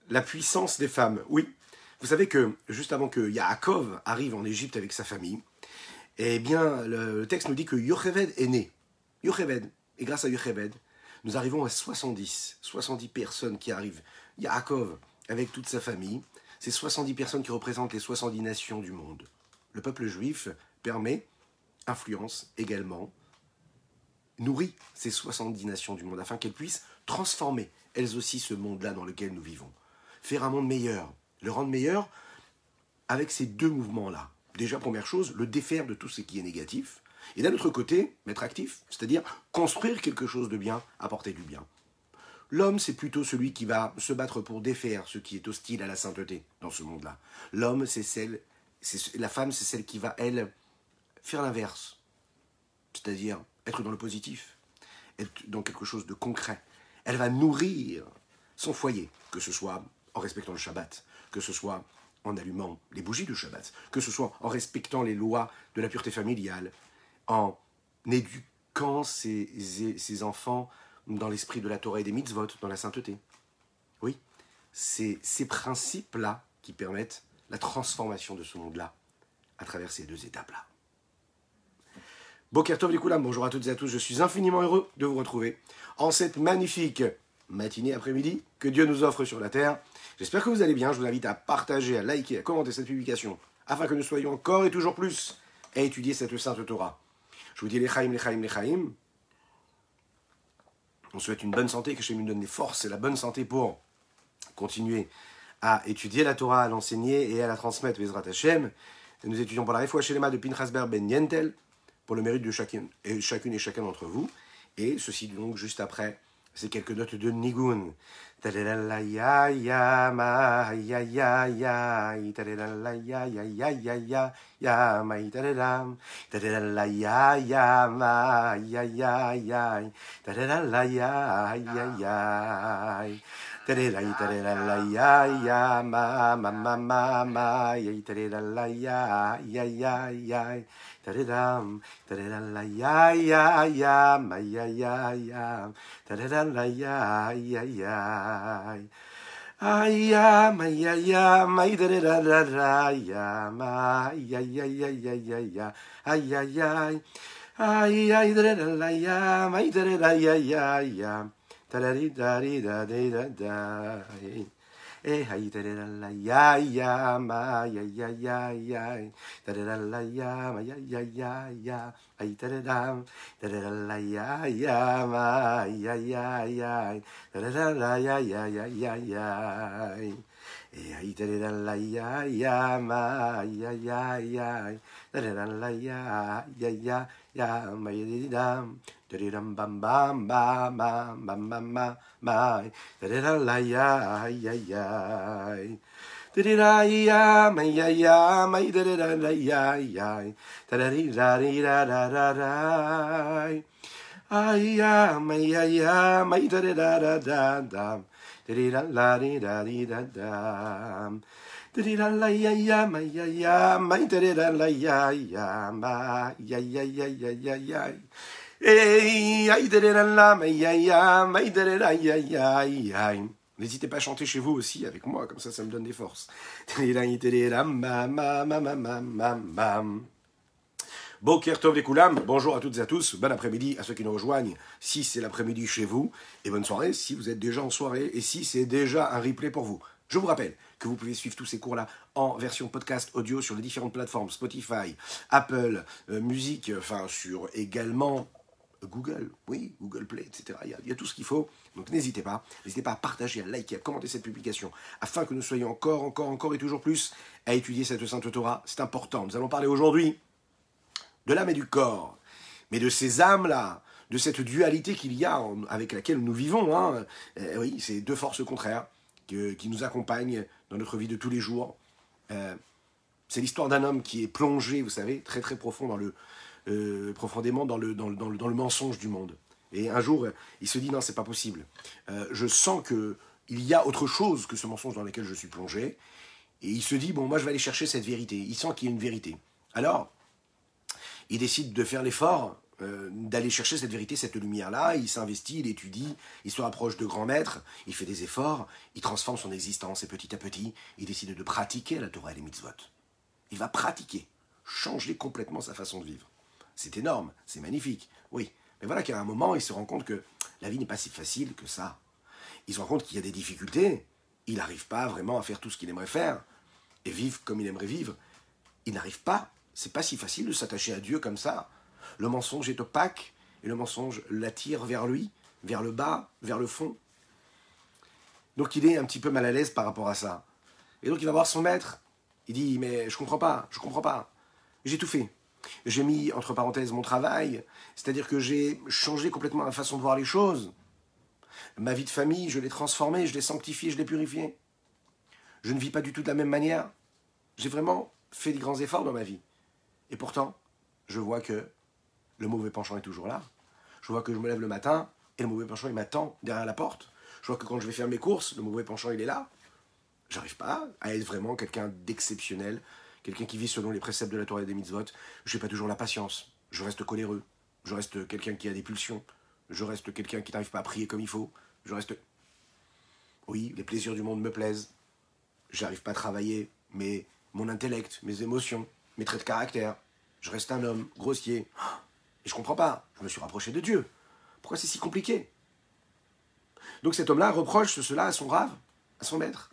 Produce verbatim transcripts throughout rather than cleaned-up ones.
La puissance des femmes, oui. Vous savez que juste avant que Yaakov arrive en Égypte avec sa famille, eh bien, le texte nous dit que Yocheved est né. Yocheved. Et grâce à Yocheved, nous arrivons à soixante-dix. soixante-dix personnes qui arrivent. Yaakov, avec toute sa famille, c'est soixante-dix personnes qui représentent les soixante-dix nations du monde. Le peuple juif permet, influence également, nourrit ces soixante-dix nations du monde afin qu'elles puissent transformer, elles aussi, ce monde-là dans lequel nous vivons. Faire un monde meilleur, le rendre meilleur avec ces deux mouvements-là. Déjà, première chose, le défaire de tout ce qui est négatif, et d'un autre côté, mettre actif, c'est-à-dire construire quelque chose de bien, apporter du bien. L'homme, c'est plutôt celui qui va se battre pour défaire ce qui est hostile à la sainteté dans ce monde-là. L'homme, c'est celle, c'est, la femme, c'est celle qui va, elle, faire l'inverse, c'est-à-dire être dans le positif, être dans quelque chose de concret. Elle va nourrir son foyer, que ce soit en respectant le Shabbat, que ce soit en allumant les bougies du Shabbat, que ce soit en respectant les lois de la pureté familiale, en éduquant ses, ses enfants dans l'esprit de la Torah et des mitzvot, dans la sainteté. Oui, c'est ces principes-là qui permettent la transformation de ce monde-là à travers ces deux étapes-là. Boker Tov Likoulam, bonjour à toutes et à tous, je suis infiniment heureux de vous retrouver en cette magnifique matinée après-midi que Dieu nous offre sur la terre. J'espère que vous allez bien, je vous invite à partager, à liker, à commenter cette publication afin que nous soyons encore et toujours plus à étudier cette sainte Torah. Je vous dis les chaim, les chaim, les chaim. On souhaite une bonne santé, que Hachem nous donne les forces et la bonne santé pour continuer à étudier la Torah, à l'enseigner et à la transmettre, Bezrat Hashem. Nous étudions pour la Refoua Shelema de Pinchas Ber Ben Yentel, pour le mérite de chacune et, chacune et chacun d'entre vous. Et ceci donc juste après ces quelques notes de Nigun. Ta-da-da-la ya ya ma ya ya ya ta-da-da-la ya ya ya ya ya ya ma ta-da-da ta-da-da-la ya ya ma ya ya ya ta-da-da-la ya ya ya ta-da-da ta-da-da-la ya ya ma ma ma ma ma ya ta-da-da-la ya ya ya ya ta-da-dam ta-da-da-la ya ya ya ma ya ya ya ta-da-da-la ya ya ya ay ya ma ya ya ma da-da-da-da-da ya ma ya ya ya ya ya ya ay ay ay ay ay da-da-da-la ya ma da-da-da ya ya ya ta-da-di-da-di-da-di-da-da eh ay da-da-da-la ya ya ma ya ya ya ya da-da-da-la ya ma ya ya ya ya ay da-da-dam da-da-da-la ya ya ma ya ya ya da-da-da-la ya ya ya ya ya eh ay da-da-da-la ya ya ma ya ya ya da-da-da-la ya ya ya ya ma ya-di-dam da-di-dam bam bam bam bam bam bam bam bam da-da-da-la ya ya ya da-di-da-ya ma ya ya ma da-da-da-la ya ya da-da-di-da-di-da-da-da-da ay ya ma ya ya ma da-da-da-da-da da-di-da-la-di-da-di-da-da da-di-da-la ya ya ma ya ya ma da-da-da-la ya ya ma ya ya ya ya ya ya hey, ay, da-da-da-la ma ya ya ma da-da-da ya ya ya. N'hésitez pas à chanter chez vous aussi avec moi, comme ça, ça me donne des forces. Boker Tov Likoulam, bonjour à toutes et à tous, bon après-midi à ceux qui nous rejoignent, si c'est l'après-midi chez vous, et bonne soirée si vous êtes déjà en soirée, et si c'est déjà un replay pour vous. Je vous rappelle que vous pouvez suivre tous ces cours-là en version podcast audio sur les différentes plateformes Spotify, Apple, euh, Musique, enfin sur également Google, oui, Google Play, et cetera. Il y a, il y a tout ce qu'il faut, donc n'hésitez pas, n'hésitez pas à partager, à liker, à commenter cette publication, afin que nous soyons encore, encore, encore et toujours plus à étudier cette Sainte Torah. C'est important. Nous allons parler aujourd'hui de l'âme et du corps, mais de ces âmes-là, de cette dualité qu'il y a en, avec laquelle nous vivons. Hein. Euh, oui, c'est deux forces contraires que, qui nous accompagnent dans notre vie de tous les jours. Euh, c'est l'histoire d'un homme qui est plongé, vous savez, très très profond dans le, euh, profondément dans le, dans, le, dans, le, dans le mensonge du monde. Et un jour, il se dit non, c'est pas possible. Euh, je sens que il y a autre chose que ce mensonge dans lequel je suis plongé. Et il se dit bon, moi je vais aller chercher cette vérité. Il sent qu'il y a une vérité. Alors, il décide de faire l'effort euh, d'aller chercher cette vérité, cette lumière-là, il s'investit, il étudie, il se rapproche de grands maîtres, il fait des efforts, il transforme son existence et petit à petit, il décide de pratiquer la Torah et les mitzvot. Il va pratiquer, changer complètement sa façon de vivre. C'est énorme, c'est magnifique, oui. Mais voilà qu'à un moment, il se rend compte que la vie n'est pas si facile que ça. Il se rend compte qu'il y a des difficultés, il n'arrive pas vraiment à faire tout ce qu'il aimerait faire, et vivre comme il aimerait vivre. Il n'arrive pas, c'est pas si facile de s'attacher à Dieu comme ça. Le mensonge est opaque, et le mensonge l'attire vers lui, vers le bas, vers le fond. Donc il est un petit peu mal à l'aise par rapport à ça. Et donc il va voir son maître, il dit « mais je comprends pas, je comprends pas, j'ai tout fait. J'ai mis entre parenthèses mon travail, c'est-à-dire que j'ai changé complètement la façon de voir les choses. Ma vie de famille, je l'ai transformée, je l'ai sanctifiée, je l'ai purifiée. Je ne vis pas du tout de la même manière. J'ai vraiment fait des grands efforts dans ma vie. Et pourtant, je vois que le mauvais penchant est toujours là. Je vois que je me lève le matin et le mauvais penchant, il m'attend derrière la porte. Je vois que quand je vais faire mes courses, le mauvais penchant, il est là. J'arrive pas à être vraiment quelqu'un d'exceptionnel, quelqu'un qui vit selon les préceptes de la Torah et des mitzvot. Je n'ai pas toujours la patience. Je reste coléreux. Je reste quelqu'un qui a des pulsions. Je reste quelqu'un qui n'arrive pas à prier comme il faut. Je reste... Oui, les plaisirs du monde me plaisent. J'arrive pas à travailler, mais mon intellect, mes émotions, mes traits de caractère. Je reste un homme grossier. Et je comprends pas. Je me suis rapproché de Dieu. Pourquoi c'est si compliqué? Donc cet homme-là reproche cela à son rave, à son maître.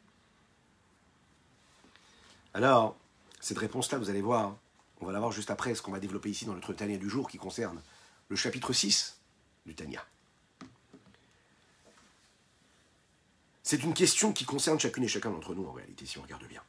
Alors, cette réponse-là, vous allez voir, on va la voir juste après, ce qu'on va développer ici dans notre Tanya du jour qui concerne le chapitre six du Tanya. C'est une question qui concerne chacune et chacun d'entre nous en réalité, si on regarde bien.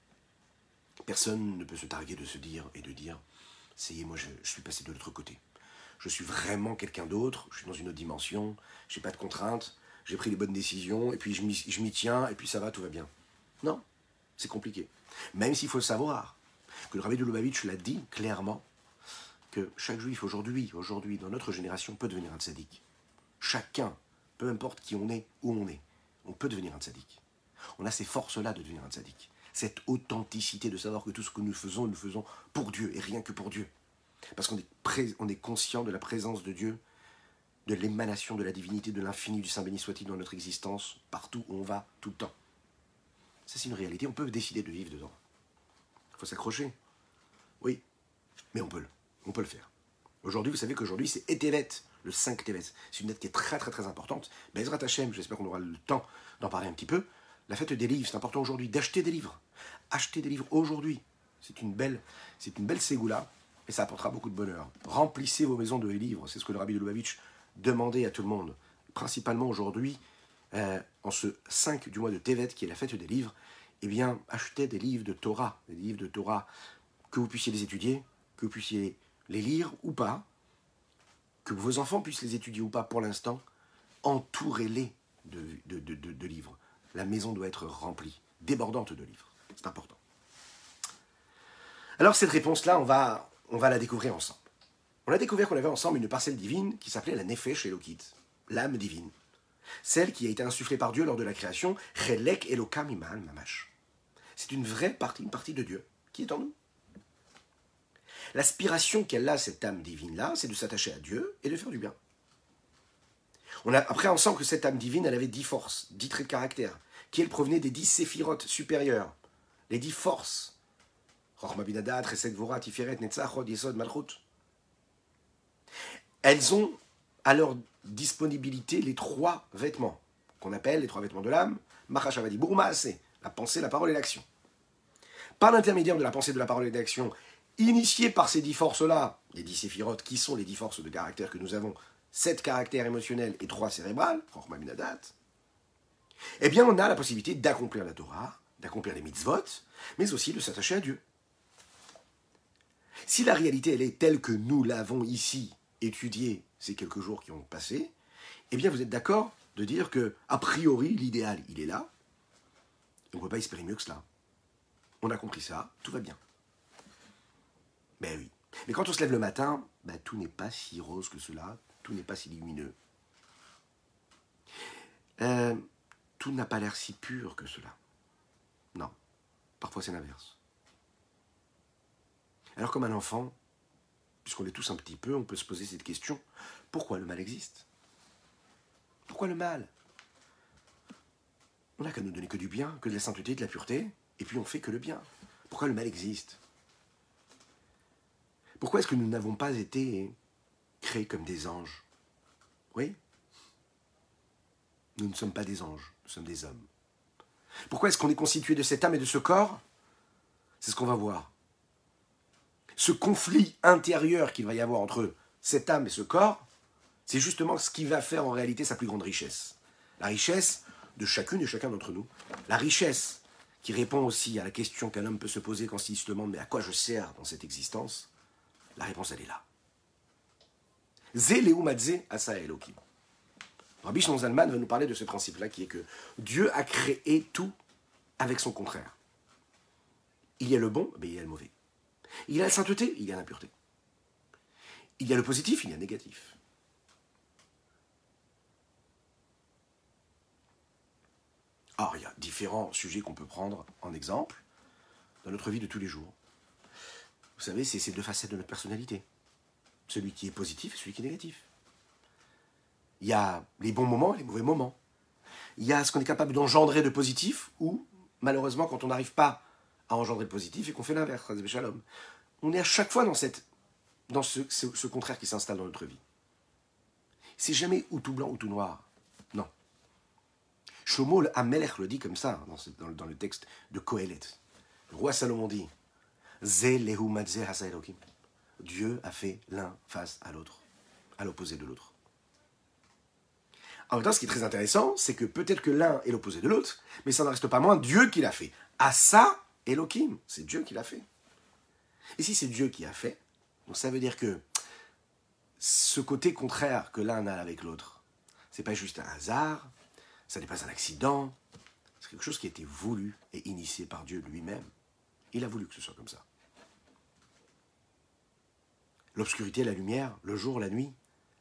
Personne ne peut se targuer de se dire et de dire « ça y est, moi je, je suis passé de l'autre côté. Je suis vraiment quelqu'un d'autre, je suis dans une autre dimension, j'ai pas de contraintes, j'ai pris les bonnes décisions, et puis je m'y, je m'y tiens, et puis ça va, tout va bien. » Non, c'est compliqué. Même s'il faut savoir que le Rabbi de Lubavitch l'a dit clairement, que chaque juif aujourd'hui, aujourd'hui, dans notre génération, peut devenir un tzaddik. Chacun, peu importe qui on est, où on est, on peut devenir un tzaddik. On a ces forces-là de devenir un tzaddik. Cette authenticité de savoir que tout ce que nous faisons, nous le faisons pour Dieu et rien que pour Dieu. Parce qu'on est, pré- on est conscient de la présence de Dieu, de l'émanation de la divinité, de l'infini, du Saint béni soit-il dans notre existence, partout où on va, tout le temps. Ça, c'est une réalité, on peut décider de vivre dedans. Il faut s'accrocher. Oui, mais on peut le, on peut le faire. Aujourd'hui, vous savez qu'aujourd'hui, c'est Etevet, le cinq Tevet. C'est une date qui est très très très importante. Bezrat Hashem, j'espère qu'on aura le temps d'en parler un petit peu. La fête des livres, c'est important aujourd'hui d'acheter des livres. Acheter des livres aujourd'hui, c'est une belle, c'est une belle ségoula et ça apportera beaucoup de bonheur. Remplissez vos maisons de livres, c'est ce que le Rabbi de Lubavitch demandait à tout le monde. Principalement aujourd'hui, euh, en ce cinq du mois de Tevet, qui est la fête des livres, eh bien, achetez des livres de Torah, des livres de Torah, que vous puissiez les étudier, que vous puissiez les lire ou pas, que vos enfants puissent les étudier ou pas pour l'instant, entourez-les de, de, de, de, de livres. La maison doit être remplie, débordante de livres. C'est important. Alors cette réponse-là, on va, on va la découvrir ensemble. On a découvert qu'on avait ensemble une parcelle divine qui s'appelait la Nefesh Elokit, l'âme divine. Celle qui a été insufflée par Dieu lors de la création, Chelek Elokam Iman Mamash. C'est une vraie partie, une partie de Dieu qui est en nous. L'aspiration qu'elle a, cette âme divine-là, c'est de s'attacher à Dieu et de faire du bien. On a, après, on sent que cette âme divine, elle avait dix forces, dix traits de caractère, qui, elles, provenaient des dix séphirotes supérieures, les dix forces. Chochma Binadat, Chesed Gvura, Tiferet, Netzach, Hod, Yesod, Malchut. Elles ont à leur disponibilité les trois vêtements, qu'on appelle les trois vêtements de l'âme, Machashavadi, Bourmaase, la pensée, la parole et l'action. Par l'intermédiaire de la pensée, de la parole et de l'action, initiée par ces dix forces-là, les dix séphirotes, qui sont les dix forces de caractère que nous avons, sept caractères émotionnels et trois cérébrales, Chochma Binadat, eh bien on a la possibilité d'accomplir la Torah, d'accomplir les mitzvot, mais aussi de s'attacher à Dieu. Si la réalité elle est telle que nous l'avons ici étudiée ces quelques jours qui ont passé, eh bien vous êtes d'accord de dire que, a priori, l'idéal, il est là, et on ne peut pas espérer mieux que cela. On a compris ça, tout va bien. Ben oui. Mais quand on se lève le matin, ben, tout n'est pas si rose que cela, tout n'est pas si lumineux. Euh, tout n'a pas l'air si pur que cela. Non, parfois c'est l'inverse. Alors comme un enfant, puisqu'on est tous un petit peu, on peut se poser cette question, pourquoi le mal existe? Pourquoi le mal? On n'a qu'à nous donner que du bien, que de la sainteté, de la pureté, et puis on fait que le bien. Pourquoi le mal existe? Pourquoi est-ce que nous n'avons pas été créés comme des anges? Oui? Nous ne sommes pas des anges, nous sommes des hommes. Pourquoi est-ce qu'on est constitué de cette âme et de ce corps? C'est ce qu'on va voir. Ce conflit intérieur qu'il va y avoir entre cette âme et ce corps, c'est justement ce qui va faire en réalité sa plus grande richesse. La richesse de chacune et chacun d'entre nous. La richesse qui répond aussi à la question qu'un homme peut se poser quand il se demande « mais à quoi je sers dans cette existence ?» La réponse, elle est là. Zé Léou Madze Asa Elohim. Rabbi Shimon Zalman va nous parler de ce principe-là qui est que Dieu a créé tout avec son contraire. Il y a le bon, mais il y a le mauvais. Il y a la sainteté, il y a l'impureté. Il y a le positif, il y a le négatif. Alors, il y a différents sujets qu'on peut prendre en exemple dans notre vie de tous les jours. Vous savez, c'est ces deux facettes de notre personnalité. Celui qui est positif et celui qui est négatif. Il y a les bons moments et les mauvais moments. Il y a ce qu'on est capable d'engendrer de positif ou, malheureusement, quand on n'arrive pas à engendrer de positif et qu'on fait l'inverse. On est à chaque fois dans, cette, dans ce, ce, ce contraire qui s'installe dans notre vie. C'est jamais ou tout blanc ou tout noir. Non. Shlomo Amelech le dit comme ça dans, ce, dans, dans le texte de Kohelet. Le roi Salomon dit Zé lehu madze hasa Elohim. Dieu a fait l'un face à l'autre, à l'opposé de l'autre. En même temps, ce qui est très intéressant, c'est que peut-être que l'un est l'opposé de l'autre, mais ça n'en reste pas moins Dieu qui l'a fait. Asa Elohim, c'est Dieu qui l'a fait. Et si c'est Dieu qui a fait, donc ça veut dire que ce côté contraire que l'un a avec l'autre, c'est pas juste un hasard, ça n'est pas un accident, c'est quelque chose qui a été voulu et initié par Dieu lui-même. Il a voulu que ce soit comme ça. L'obscurité, la lumière, le jour, la nuit.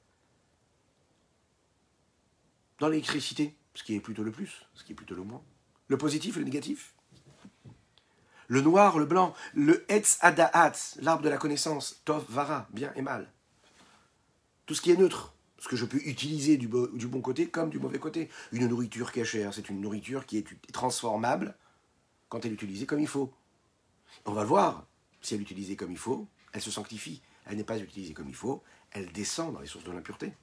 Dans l'électricité, ce qui est plutôt le plus, ce qui est plutôt le moins. Le positif et le négatif. Le noir, le blanc, le Etz Adaat, l'arbre de la connaissance, Tov, Vara, bien et mal. Tout ce qui est neutre, ce que je peux utiliser du, bo- du bon côté comme du mauvais côté. Une nourriture cachère, c'est une nourriture qui est transformable quand elle est utilisée comme il faut. On va le voir, si elle est utilisée comme il faut, elle se sanctifie. Elle n'est pas utilisée comme il faut, elle descend dans les sources de l'impureté.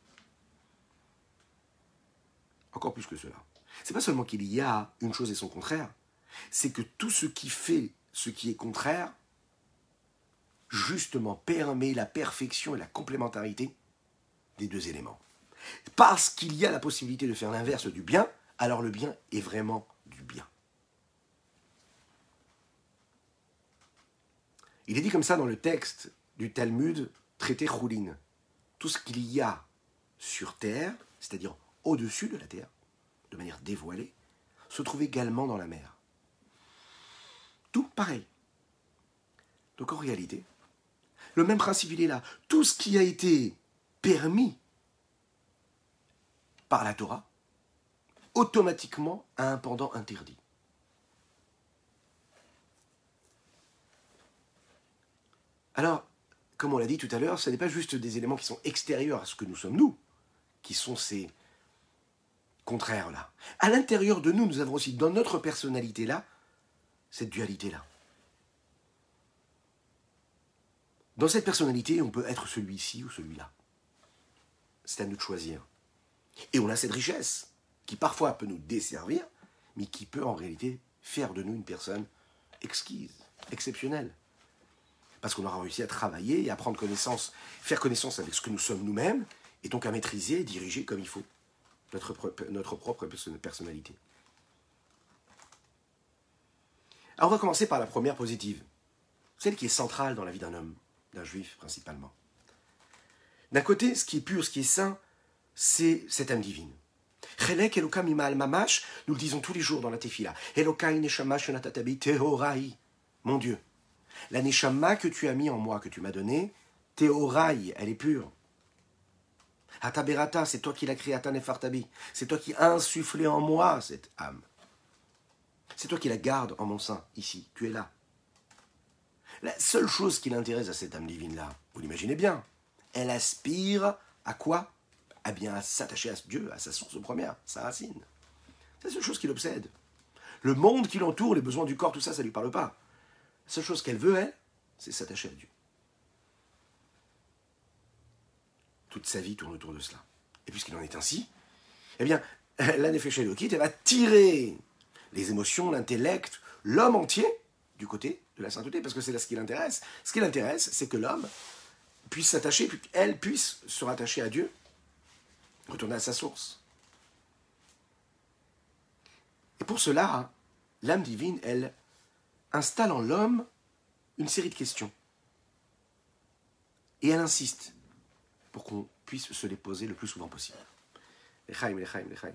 Encore plus que cela. C'est pas seulement qu'il y a une chose et son contraire, c'est que tout ce qui fait ce qui est contraire, justement permet la perfection et la complémentarité des deux éléments. Parce qu'il y a la possibilité de faire l'inverse du bien, alors le bien est vraiment du bien. Il est dit comme ça dans le texte du Talmud, traité Choulin. Tout ce qu'il y a sur terre, c'est-à-dire au-dessus de la terre, de manière dévoilée, se trouve également dans la mer. Tout pareil. Donc en réalité, le même principe il est là. Tout ce qui a été permis par la Torah, automatiquement a un pendant interdit. Alors, comme on l'a dit tout à l'heure, ce n'est pas juste des éléments qui sont extérieurs à ce que nous sommes nous, qui sont ces contraires-là. À l'intérieur de nous, nous avons aussi, dans notre personnalité-là, cette dualité-là. Dans cette personnalité, on peut être celui-ci ou celui-là. C'est à nous de choisir. Et on a cette richesse, qui parfois peut nous desservir, mais qui peut en réalité faire de nous une personne exquise, exceptionnelle. Parce qu'on aura réussi à travailler et à prendre connaissance, faire connaissance avec ce que nous sommes nous-mêmes, et donc à maîtriser et diriger comme il faut notre, notre propre personnalité. Alors on va commencer par la première positive, celle qui est centrale dans la vie d'un homme, d'un juif principalement. D'un côté, ce qui est pur, ce qui est saint, c'est cette âme divine. Chelek Elokam Imal Mamash, nous le disons tous les jours dans la Tefila. Elokai Neshama Shonatatabi Tehorai, mon Dieu. La Neshama que tu as mis en moi, que tu m'as donnée, Tehorai, elle est pure. Hataberata, c'est toi qui l'as créée, Atanefartabi. C'est toi qui as insufflé en moi cette âme. C'est toi qui la gardes en mon sein, ici, tu es là. La seule chose qui l'intéresse à cette âme divine-là, Vous l'imaginez bien. Elle aspire à quoi? Eh bien, à s'attacher à Dieu, à sa source première, sa racine. C'est la seule chose qui l'obsède. Le monde qui l'entoure, les besoins du corps, tout ça, ça ne lui parle pas. La seule chose qu'elle veut, elle, c'est s'attacher à Dieu. Toute sa vie tourne autour de cela. Et puisqu'il en est ainsi, eh bien, la Nefesh Elokit, elle va tirer les émotions, l'intellect, l'homme entier du côté de la sainteté, parce que c'est là ce qui l'intéresse. Ce qui l'intéresse, c'est que l'homme puisse s'attacher, qu'elle puisse se rattacher à Dieu, retourner à sa source. Et pour cela, l'âme divine, elle installe en l'homme une série de questions. Et elle insiste pour qu'on puisse se les poser le plus souvent possible. Lechaim, lechaim, lechaim.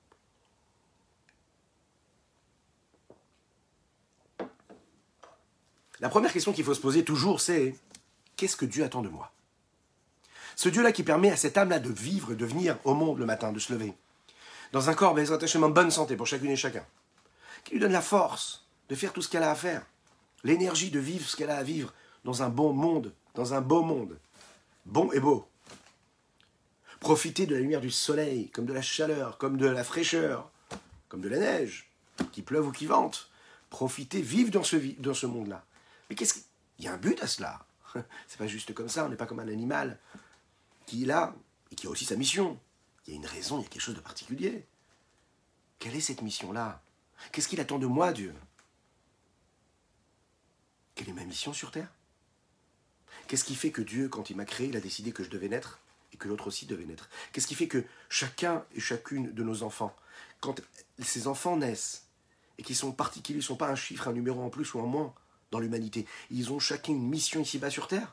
La première question qu'il faut se poser toujours, c'est qu'est-ce que Dieu attend de moi? Ce Dieu-là qui permet à cette âme-là de vivre, de venir au monde le matin, de se lever, dans un corps, mais en bonne santé pour chacune et chacun, qui lui donne la force de faire tout ce qu'elle a à faire, l'énergie de vivre ce qu'elle a à vivre dans un bon monde, dans un beau monde, bon et beau. Profiter de la lumière du soleil, comme de la chaleur, comme de la fraîcheur, comme de la neige, qu'il pleuve ou qu'il vente. Profiter, vivre dans ce, dans ce monde-là. Mais qu'est-ce qu'il y a un but à cela? C'est pas juste comme ça, on n'est pas comme un animal qui est là et qui a aussi sa mission. Il y a une raison, il y a quelque chose de particulier. Quelle est cette mission-là? Qu'est-ce qu'il attend de moi, Dieu? Quelle est ma mission sur Terre? Qu'est-ce qui fait que Dieu, quand il m'a créé, il a décidé que je devais naître et que l'autre aussi devait naître? Qu'est-ce qui fait que chacun et chacune de nos enfants, quand ces enfants naissent et qu'ils sont particuliers, ils ne sont pas un chiffre, un numéro en plus ou en moins dans l'humanité, ils ont chacun une mission ici-bas sur Terre?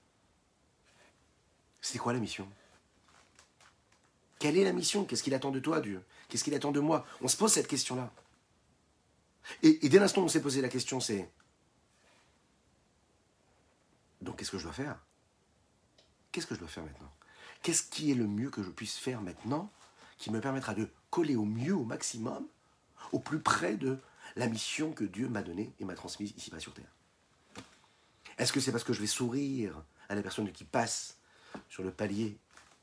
C'est quoi la mission? Quelle est la mission? Qu'est-ce qu'il attend de toi, Dieu? Qu'est-ce qu'il attend de moi? On se pose cette question-là. Et, et dès l'instant où on s'est posé la question, c'est... Donc qu'est-ce que je dois faire? Qu'est-ce que je dois faire maintenant? Qu'est-ce qui est le mieux que je puisse faire maintenant qui me permettra de coller au mieux, au maximum, au plus près de la mission que Dieu m'a donnée et m'a transmise ici-bas sur Terre? Est-ce que c'est parce que je vais sourire à la personne qui passe sur le palier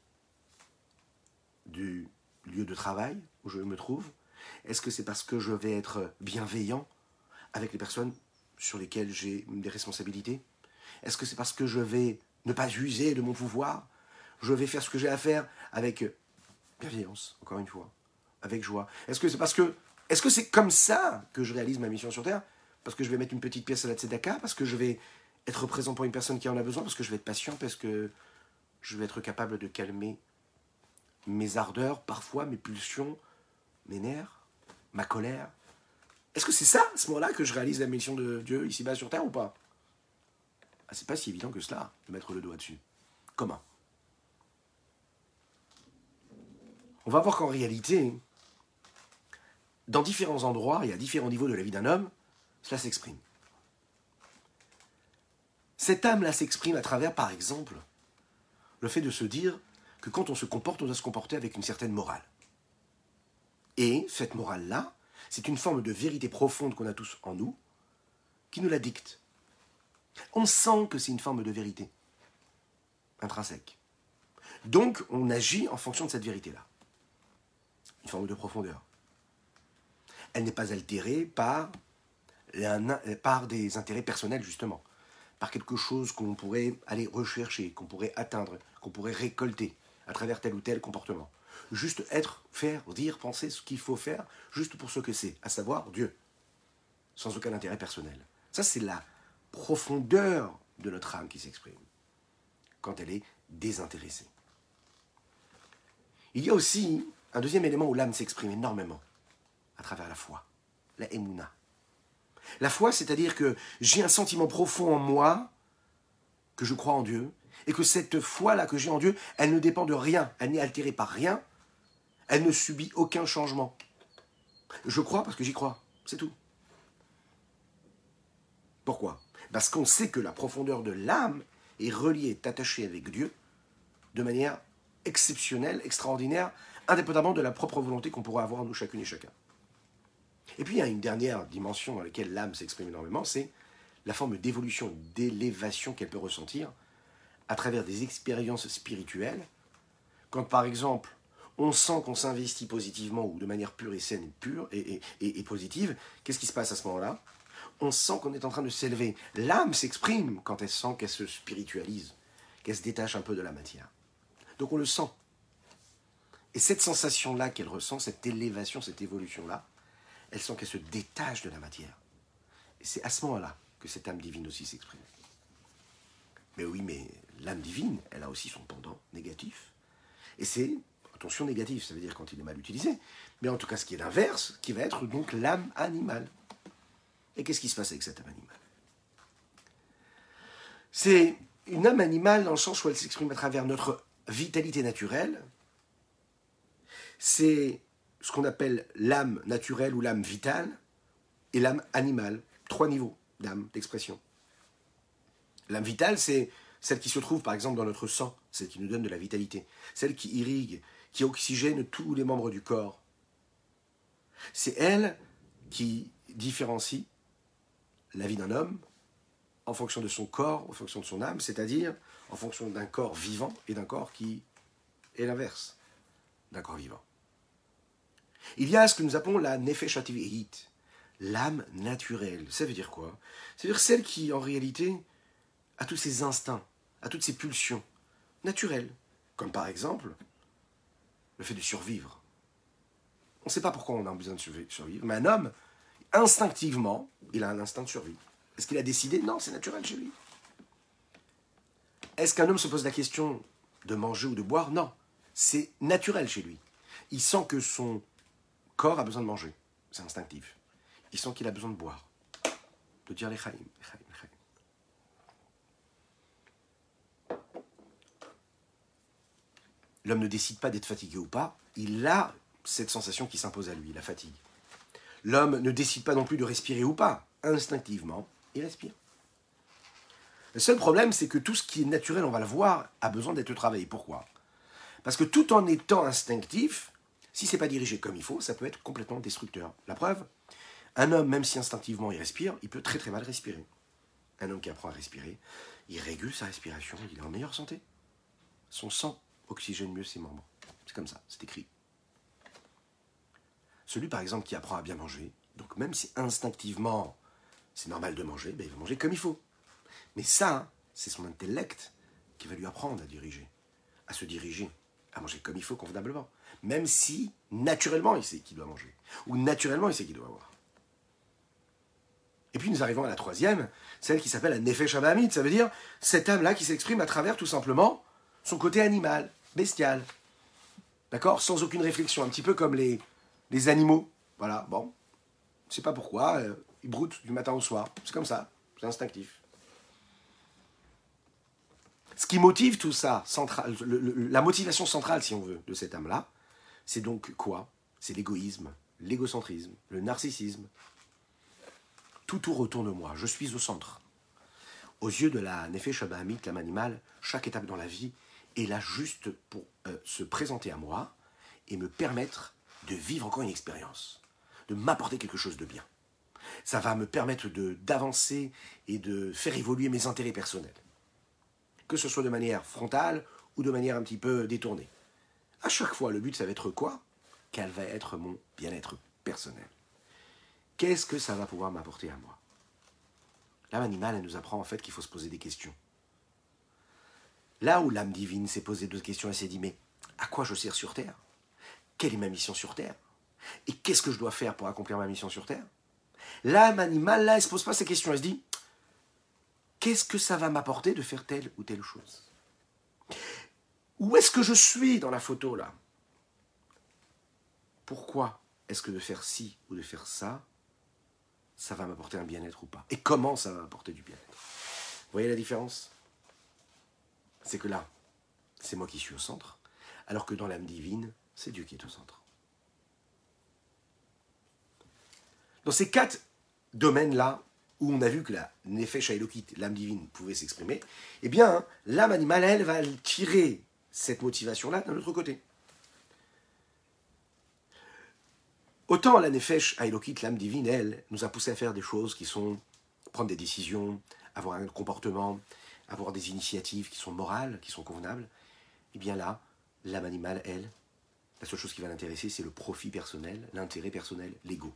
du lieu de travail où je me trouve? Est-ce que c'est parce que je vais être bienveillant avec les personnes sur lesquelles j'ai des responsabilités? Est-ce que c'est parce que je vais ne pas user de mon pouvoir? Je vais faire ce que j'ai à faire avec bienveillance, encore une fois, avec joie. Est-ce que c'est parce que, est-ce que c'est comme ça que je réalise ma mission sur Terre? Parce que je vais mettre une petite pièce à la tzedaka? Parce que je vais être présent pour une personne qui en a besoin? Parce que je vais être patient? Parce que je vais être capable de calmer mes ardeurs, parfois mes pulsions, mes nerfs, ma colère? Est-ce que c'est ça, à ce moment-là, que je réalise la mission de Dieu ici-bas sur Terre ou pas? Ah, c'est pas si évident que cela, de mettre le doigt dessus. Comment? On va voir qu'en réalité, dans différents endroits et à différents niveaux de la vie d'un homme, cela s'exprime. Cette âme-là s'exprime à travers, par exemple, le fait de se dire que quand on se comporte, on doit se comporter avec une certaine morale. Et cette morale-là, c'est une forme de vérité profonde qu'on a tous en nous, qui nous la dicte. On sent que c'est une forme de vérité intrinsèque. Donc, on agit en fonction de cette vérité-là. Une forme de profondeur. Elle n'est pas altérée par, un, par des intérêts personnels, justement. Par quelque chose qu'on pourrait aller rechercher, qu'on pourrait atteindre, qu'on pourrait récolter à travers tel ou tel comportement. Juste être, faire, dire, penser ce qu'il faut faire, juste pour ce que c'est, à savoir Dieu. Sans aucun intérêt personnel. Ça, c'est la profondeur de notre âme qui s'exprime quand elle est désintéressée. Il y a aussi un deuxième élément où l'âme s'exprime énormément, à travers la foi, la émouna. La foi, c'est-à-dire que j'ai un sentiment profond en moi, que je crois en Dieu, et que cette foi-là que j'ai en Dieu, elle ne dépend de rien, elle n'est altérée par rien, elle ne subit aucun changement. Je crois parce que j'y crois, c'est tout. Pourquoi? Parce qu'on sait que la profondeur de l'âme est reliée, est attachée avec Dieu de manière exceptionnelle, extraordinaire, indépendamment de la propre volonté qu'on pourra avoir nous chacune et chacun. Et puis il y a une dernière dimension dans laquelle l'âme s'exprime énormément, c'est la forme d'évolution, d'élévation qu'elle peut ressentir à travers des expériences spirituelles, quand par exemple, on sent qu'on s'investit positivement ou de manière pure et saine et pure et, et, et, et positive, qu'est-ce qui se passe à ce moment-là? On sent qu'on est en train de s'élever. L'âme s'exprime quand elle sent qu'elle se spiritualise, qu'elle se détache un peu de la matière. Donc on le sent. Et cette sensation-là qu'elle ressent, cette élévation, cette évolution-là, elle sent qu'elle se détache de la matière. Et c'est à ce moment-là que cette âme divine aussi s'exprime. Mais oui, mais l'âme divine, elle a aussi son pendant négatif. Et c'est, attention, négatif, ça veut dire quand il est mal utilisé, mais en tout cas ce qui est l'inverse, qui va être donc l'âme animale. Et qu'est-ce qui se passe avec cette âme animale? C'est une âme animale dans le sens où elle s'exprime à travers notre vitalité naturelle. C'est ce qu'on appelle l'âme naturelle ou l'âme vitale et l'âme animale. Trois niveaux d'âme, d'expression. L'âme vitale, c'est celle qui se trouve par exemple dans notre sang, celle qui nous donne de la vitalité, celle qui irrigue, qui oxygène tous les membres du corps. C'est elle qui différencie la vie d'un homme en fonction de son corps, en fonction de son âme, c'est-à-dire en fonction d'un corps vivant et d'un corps qui est l'inverse d'un corps vivant. Il y a ce que nous appelons la nefesh hativ'it, l'âme naturelle. Ça veut dire quoi? C'est-à-dire celle qui, en réalité, a tous ses instincts, a toutes ses pulsions naturelles, comme par exemple le fait de survivre. On ne sait pas pourquoi on a besoin de survivre, mais un homme, instinctivement, il a un instinct de survie. Est-ce qu'il a décidé? Non, c'est naturel chez lui. Est-ce qu'un homme se pose la question de manger ou de boire? Non, c'est naturel chez lui. Il sent que son corps a besoin de manger, c'est instinctif. Il sent qu'il a besoin de boire, de dire les chaim, les chaim, les chaim. L'homme ne décide pas d'être fatigué ou pas, il a cette sensation qui s'impose à lui, la fatigue. L'homme ne décide pas non plus de respirer ou pas, instinctivement, il respire. Le seul problème, c'est que tout ce qui est naturel, on va le voir, a besoin d'être travaillé. Pourquoi? Parce que tout en étant instinctif, si ce n'est pas dirigé comme il faut, ça peut être complètement destructeur. La preuve, un homme, même si instinctivement il respire, il peut très très mal respirer. Un homme qui apprend à respirer, il régule sa respiration, il est en meilleure santé. Son sang oxygène mieux ses membres. C'est comme ça, c'est écrit. Celui par exemple qui apprend à bien manger, donc même si instinctivement c'est normal de manger, ben il va manger comme il faut. Mais ça, c'est son intellect qui va lui apprendre à diriger, à se diriger, à manger comme il faut convenablement. Même si naturellement il sait qu'il doit manger, ou naturellement il sait qu'il doit boire. Et puis nous arrivons à la troisième, celle qui s'appelle la nefesh habahamit, ça veut dire cette âme-là qui s'exprime à travers tout simplement son côté animal, bestial. D'accord? Sans aucune réflexion, un petit peu comme les, les animaux. Voilà, bon, je ne sais pas pourquoi, euh, ils broutent du matin au soir. C'est comme ça, c'est instinctif. Ce qui motive tout ça, central, le, le, la motivation centrale, si on veut, de cette âme-là, c'est donc quoi? C'est l'égoïsme, l'égocentrisme, le narcissisme. Tout tourne autour de moi, je suis au centre. Aux yeux de la nefesh habahamit, l'âme animale, chaque étape dans la vie est là juste pour euh, se présenter à moi et me permettre de vivre encore une expérience, de m'apporter quelque chose de bien. Ça va me permettre de, d'avancer et de faire évoluer mes intérêts personnels. Que ce soit de manière frontale ou de manière un petit peu détournée. À chaque fois, le but, ça va être quoi? Quel va être mon bien-être personnel? Qu'est-ce que ça va pouvoir m'apporter à moi? L'âme animale, elle nous apprend en fait qu'il faut se poser des questions. Là où l'âme divine s'est posé deux questions, elle s'est dit, mais à quoi je sers sur Terre? Quelle est ma mission sur Terre? Et qu'est-ce que je dois faire pour accomplir ma mission sur Terre? L'âme animale, là, elle ne se pose pas ces questions, elle se dit, qu'est-ce que ça va m'apporter de faire telle ou telle chose? Où est-ce que je suis dans la photo, là? Pourquoi est-ce que de faire ci ou de faire ça, ça va m'apporter un bien-être ou pas? Et comment ça va m'apporter du bien-être? Vous voyez la différence? C'est que là, c'est moi qui suis au centre, alors que dans l'âme divine, c'est Dieu qui est au centre. Dans ces quatre domaines-là, où on a vu que la nefesh haelokit, l'âme divine, pouvait s'exprimer, eh bien, l'âme animale, elle, va tirer cette motivation-là d'un autre côté. Autant la nefesh haelokit, l'âme divine, elle, nous a poussé à faire des choses qui sont prendre des décisions, avoir un comportement, avoir des initiatives qui sont morales, qui sont convenables, eh bien là, l'âme animale, elle, la seule chose qui va l'intéresser, c'est le profit personnel, l'intérêt personnel, l'ego.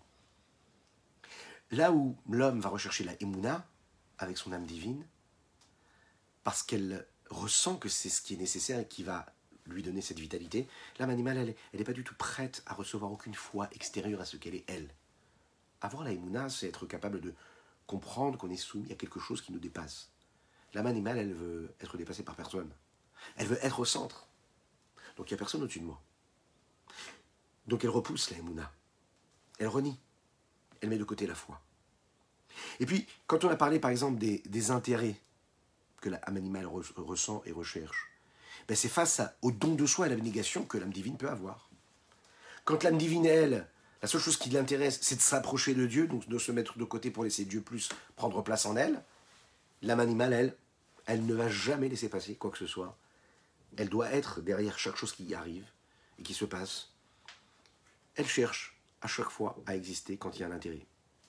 Là où l'homme va rechercher la émouna, avec son âme divine, parce qu'elle ressent que c'est ce qui est nécessaire et qui va lui donner cette vitalité, l'âme animale, elle n'est pas du tout prête à recevoir aucune foi extérieure à ce qu'elle est, elle. Avoir la émouna, c'est être capable de comprendre qu'on est soumis à quelque chose qui nous dépasse. L'âme animale, elle veut être dépassée par personne. Elle veut être au centre. Donc il n'y a personne au-dessus de moi. Donc elle repousse la émouna. Elle renie. Elle met de côté la foi. Et puis, quand on a parlé, par exemple, des, des intérêts que l'âme animale re, ressent et recherche, ben c'est face à, au don de soi et à l'abnégation que l'âme divine peut avoir. Quand l'âme divine, elle, la seule chose qui l'intéresse, c'est de s'approcher de Dieu, donc de se mettre de côté pour laisser Dieu plus prendre place en elle, l'âme animale, elle, elle ne va jamais laisser passer quoi que ce soit. Elle doit être derrière chaque chose qui y arrive et qui se passe. Elle cherche à chaque fois à exister quand il y a un intérêt.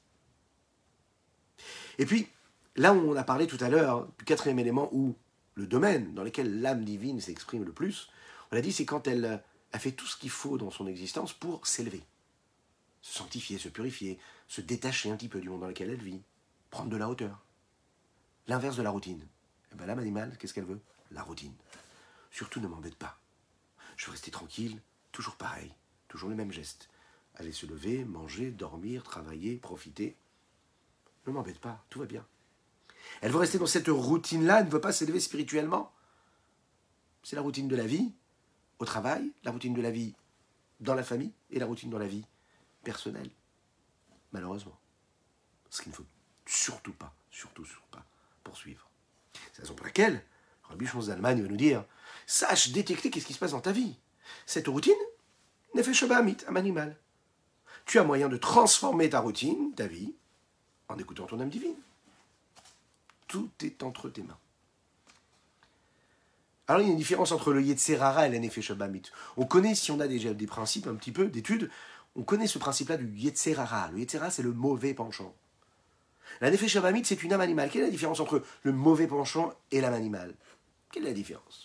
Et puis, là où on a parlé tout à l'heure du quatrième élément, où le domaine dans lequel l'âme divine s'exprime le plus, on l'a dit, c'est quand elle a fait tout ce qu'il faut dans son existence pour s'élever, se sanctifier, se purifier, se détacher un petit peu du monde dans lequel elle vit, prendre de la hauteur. L'inverse de la routine. Et bien l'âme animale, qu'est-ce qu'elle veut? La routine. Surtout ne m'embête pas. Je veux rester tranquille, toujours pareil, toujours le même geste. Aller se lever, manger, dormir, travailler, profiter. Ne m'embête pas, tout va bien. Elle veut rester dans cette routine-là, elle ne veut pas s'élever spirituellement. C'est la routine de la vie au travail, la routine de la vie dans la famille et la routine dans la vie personnelle. Malheureusement. Ce qu'il ne faut surtout pas, surtout, surtout pas poursuivre. C'est la raison pour laquelle Rabbi Shimon d'Allemagne va nous dire, sache détecter qu'est-ce qui se passe dans ta vie. Cette routine, nefesh ba'amit, âme animale. Tu as moyen de transformer ta routine, ta vie, en écoutant ton âme divine. Tout est entre tes mains. Alors il y a une différence entre le Yetzer Hara et la Nefesh Ba'amit. On connaît, si on a déjà des principes, un petit peu d'études, on connaît ce principe-là du Yetzer Hara. Le Yetzer Hara, c'est le mauvais penchant. La Nefesh Ba'amit, c'est une âme animale. Quelle est la différence entre le mauvais penchant et l'âme animale? Quelle est la différence?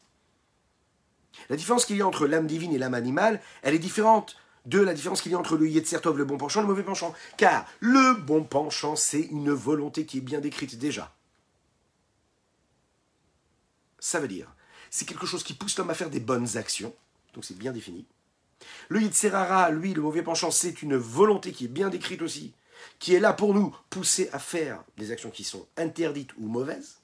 La différence qu'il y a entre l'âme divine et l'âme animale, elle est différente de la différence qu'il y a entre le Yetzer Tov, le bon penchant, et le mauvais penchant. Car le bon penchant, c'est une volonté qui est bien décrite déjà. Ça veut dire, c'est quelque chose qui pousse l'homme à faire des bonnes actions, donc c'est bien défini. Le Yetzer Hara, lui, le mauvais penchant, c'est une volonté qui est bien décrite aussi, qui est là pour nous pousser à faire des actions qui sont interdites ou mauvaises.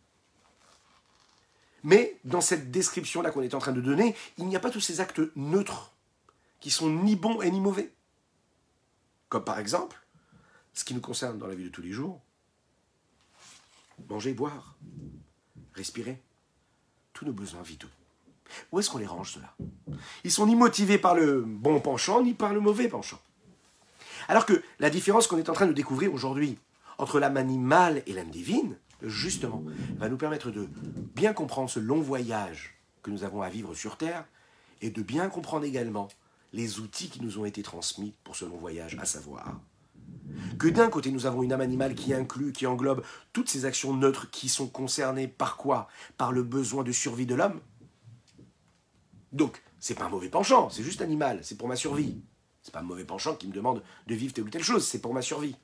Mais dans cette description-là qu'on est en train de donner, il n'y a pas tous ces actes neutres, qui sont ni bons et ni mauvais. Comme par exemple, ce qui nous concerne dans la vie de tous les jours, manger, boire, respirer, tous nos besoins vitaux. Où est-ce qu'on les range, ceux-là? Ils sont ni motivés par le bon penchant, ni par le mauvais penchant. Alors que la différence qu'on est en train de découvrir aujourd'hui entre l'âme animale et l'âme divine, justement, va nous permettre de bien comprendre ce long voyage que nous avons à vivre sur Terre et de bien comprendre également les outils qui nous ont été transmis pour ce long voyage, à savoir que d'un côté, nous avons une âme animale qui inclut, qui englobe toutes ces actions neutres qui sont concernées par quoi? Par le besoin de survie de l'homme. Donc, c'est pas un mauvais penchant, c'est juste animal, c'est pour ma survie. C'est pas un mauvais penchant qui me demande de vivre telle ou telle chose, c'est pour ma survie.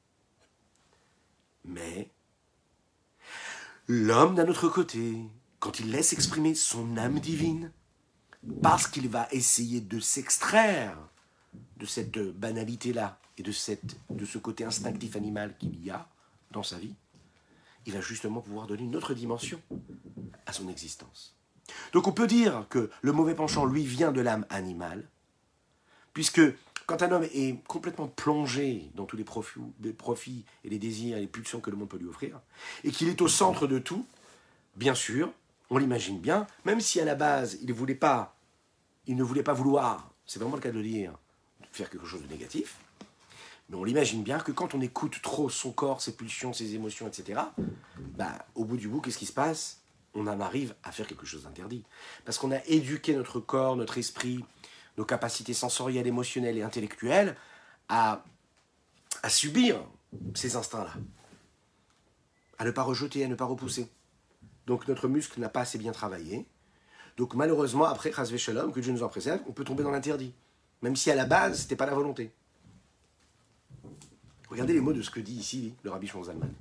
Mais l'homme d'un autre côté, quand il laisse exprimer son âme divine, parce qu'il va essayer de s'extraire de cette banalité-là et de, cette, de ce côté instinctif animal qu'il y a dans sa vie, il va justement pouvoir donner une autre dimension à son existence. Donc on peut dire que le mauvais penchant, lui, vient de l'âme animale, puisque quand un homme est complètement plongé dans tous les profits, les profits et les désirs et les pulsions que le monde peut lui offrir, et qu'il est au centre de tout, bien sûr, on l'imagine bien, même si à la base, il ne voulait pas, il ne voulait pas vouloir, c'est vraiment le cas de le dire, faire quelque chose de négatif, mais on l'imagine bien que quand on écoute trop son corps, ses pulsions, ses émotions, et cetera, bah, au bout du bout, qu'est-ce qui se passe? On en arrive à faire quelque chose d'interdit. Parce qu'on a éduqué notre corps, notre esprit, nos capacités sensorielles, émotionnelles et intellectuelles à, à subir ces instincts-là, à ne pas rejeter, à ne pas repousser. Donc notre muscle n'a pas assez bien travaillé. Donc malheureusement, après, chas v'shalom, que Dieu nous en préserve, on peut tomber dans l'interdit. Même si à la base, ce n'était pas la volonté. Regardez les mots de ce que dit ici le Rabbi Shimon Zalman.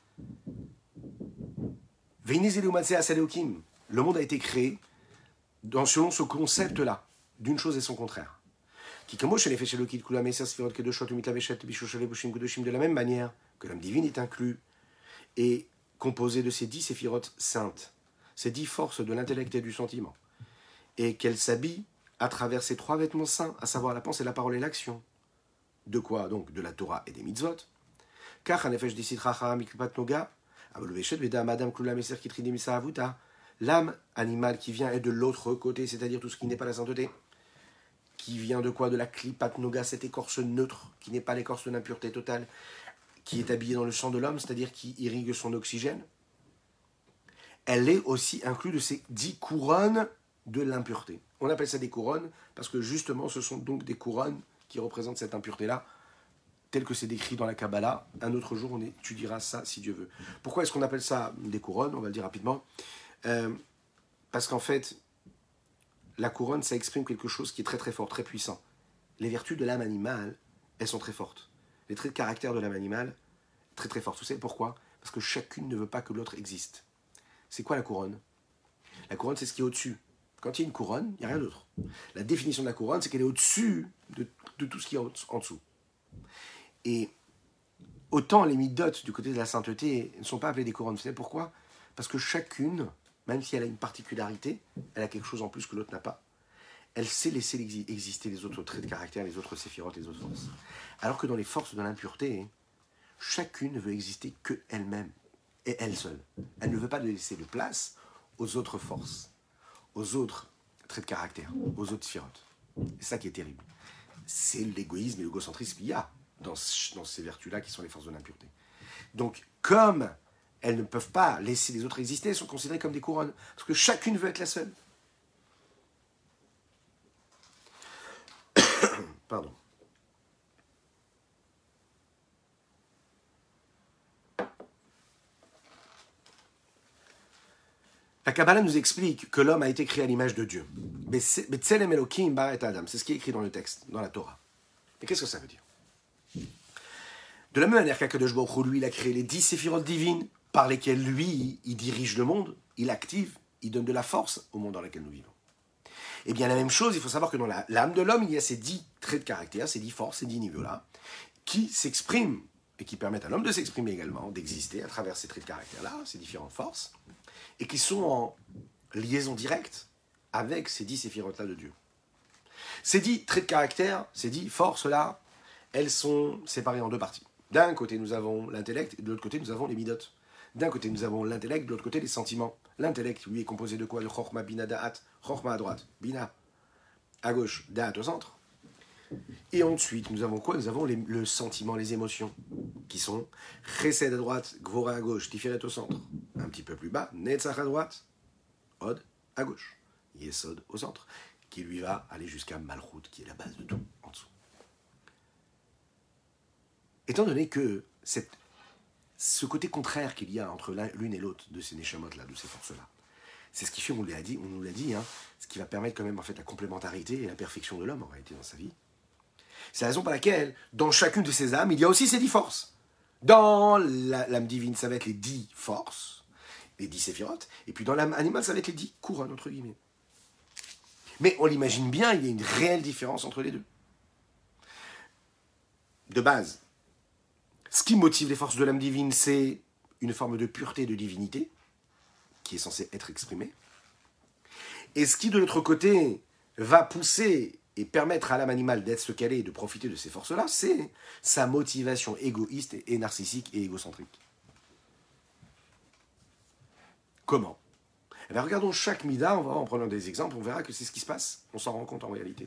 Le monde a été créé dans, selon ce concept-là, d'une chose et son contraire. De la même manière que l'âme divine est inclus et composée de ces dix séphirotes saintes, ces dix forces de l'intellect et du sentiment, et qu'elle s'habille à travers ces trois vêtements saints, à savoir la pensée, la parole et l'action. De quoi donc? De la Torah et des mitzvot. L'âme animale qui vient est de l'autre côté, c'est-à-dire tout ce qui n'est pas la sainteté, qui vient de quoi? De la klipat noga, cette écorce neutre, qui n'est pas l'écorce de l'impureté totale, qui est habillée dans le sang de l'homme, c'est-à-dire qui irrigue son oxygène. Elle est aussi inclue de ces dix couronnes de l'impureté. On appelle ça des couronnes parce que justement ce sont donc des couronnes qui représentent cette impureté-là, tel que c'est décrit dans la Kabbalah. Un autre jour on étudiera ça si Dieu veut. Pourquoi est-ce qu'on appelle ça des couronnes? On va le dire rapidement. Euh, parce qu'en fait, la couronne, ça exprime quelque chose qui est très très fort, très puissant. Les vertus de l'âme animale, elles sont très fortes. Les traits de caractère de l'âme animale, très très forts. Vous savez pourquoi? Parce que chacune ne veut pas que l'autre existe. C'est quoi la couronne? La couronne, c'est ce qui est au-dessus. Quand il y a une couronne, il n'y a rien d'autre. La définition de la couronne, c'est qu'elle est au-dessus de, de tout ce qui est en dessous. Et autant les midotes du côté de la sainteté ne sont pas appelées des couronnes. Vous savez pourquoi? Parce que chacune, même si elle a une particularité, elle a quelque chose en plus que l'autre n'a pas. Elle sait laisser exister les autres traits de caractère, les autres séphirotes, les autres forces. Alors que dans les forces de l'impureté, chacune ne veut exister que elle-même et elle seule. Elle ne veut pas laisser de place aux autres forces, aux autres traits de caractère, aux autres sphirotes. C'est ça qui est terrible. C'est l'égoïsme et l'égocentrisme qu'il y a dans, dans ces vertus-là qui sont les forces de l'impureté. Donc, comme elles ne peuvent pas laisser les autres exister, elles sont considérées comme des couronnes, parce que chacune veut être la seule. Pardon. La Kabbalah nous explique que l'homme a été créé à l'image de Dieu. B'Tselem Elokim Baret Adam, c'est ce qui est écrit dans le texte, dans la Torah. Mais qu'est-ce que ça veut dire? De la même manière qu'Akadosh Baruch Hu, lui, il a créé les dix séphirotes divines par lesquelles, lui, il dirige le monde, il active, il donne de la force au monde dans lequel nous vivons. Et bien la même chose, il faut savoir que dans la, l'âme de l'homme, il y a ces dix traits de caractère, ces dix forces, ces dix niveaux-là, qui s'expriment et qui permettent à l'homme de s'exprimer également, d'exister à travers ces traits de caractère-là, ces différentes forces, et qui sont en liaison directe avec ces dix séphirotes-là de Dieu. Ces dix traits de caractère, ces dix forces-là, elles sont séparées en deux parties. D'un côté, nous avons l'intellect, et de l'autre côté, nous avons les midotes. D'un côté, nous avons l'intellect, de l'autre côté, les sentiments. L'intellect, lui, est composé de quoi? De Chochma, Bina, Da'at. Chochma à droite, Bina à gauche, Da'at au centre. Et ensuite, nous avons quoi? Nous avons les, le sentiment, les émotions, qui sont Chesed à droite, Gvora à gauche, Tiferet au centre. Un petit peu plus bas, Netzach à droite, Od à gauche, Yesod au centre, qui lui va aller jusqu'à Malchut, qui est la base de tout, en dessous. Étant donné que cette, ce côté contraire qu'il y a entre l'une et l'autre de ces neshamot-là, de ces forces-là, c'est ce qui fait, on, l'a dit, on nous l'a dit, hein, ce qui va permettre quand même en fait la complémentarité et la perfection de l'homme en réalité dans sa vie. C'est la raison pour laquelle, dans chacune de ces âmes, il y a aussi ces dix forces. Dans la, l'âme divine, ça va être les dix forces, les dix séphirotes, et puis dans l'âme animale, ça va être les dix couronnes, entre guillemets. Mais on l'imagine bien, il y a une réelle différence entre les deux. De base, ce qui motive les forces de l'âme divine, c'est une forme de pureté, de divinité, qui est censée être exprimée. Et ce qui, de l'autre côté, va pousser et permettre à l'âme animale d'être ce qu'elle est et de profiter de ces forces-là, c'est sa motivation égoïste et narcissique et égocentrique. Comment? Eh bien, regardons chaque mida, on va en prenant des exemples, on verra que c'est ce qui se passe, on s'en rend compte en réalité.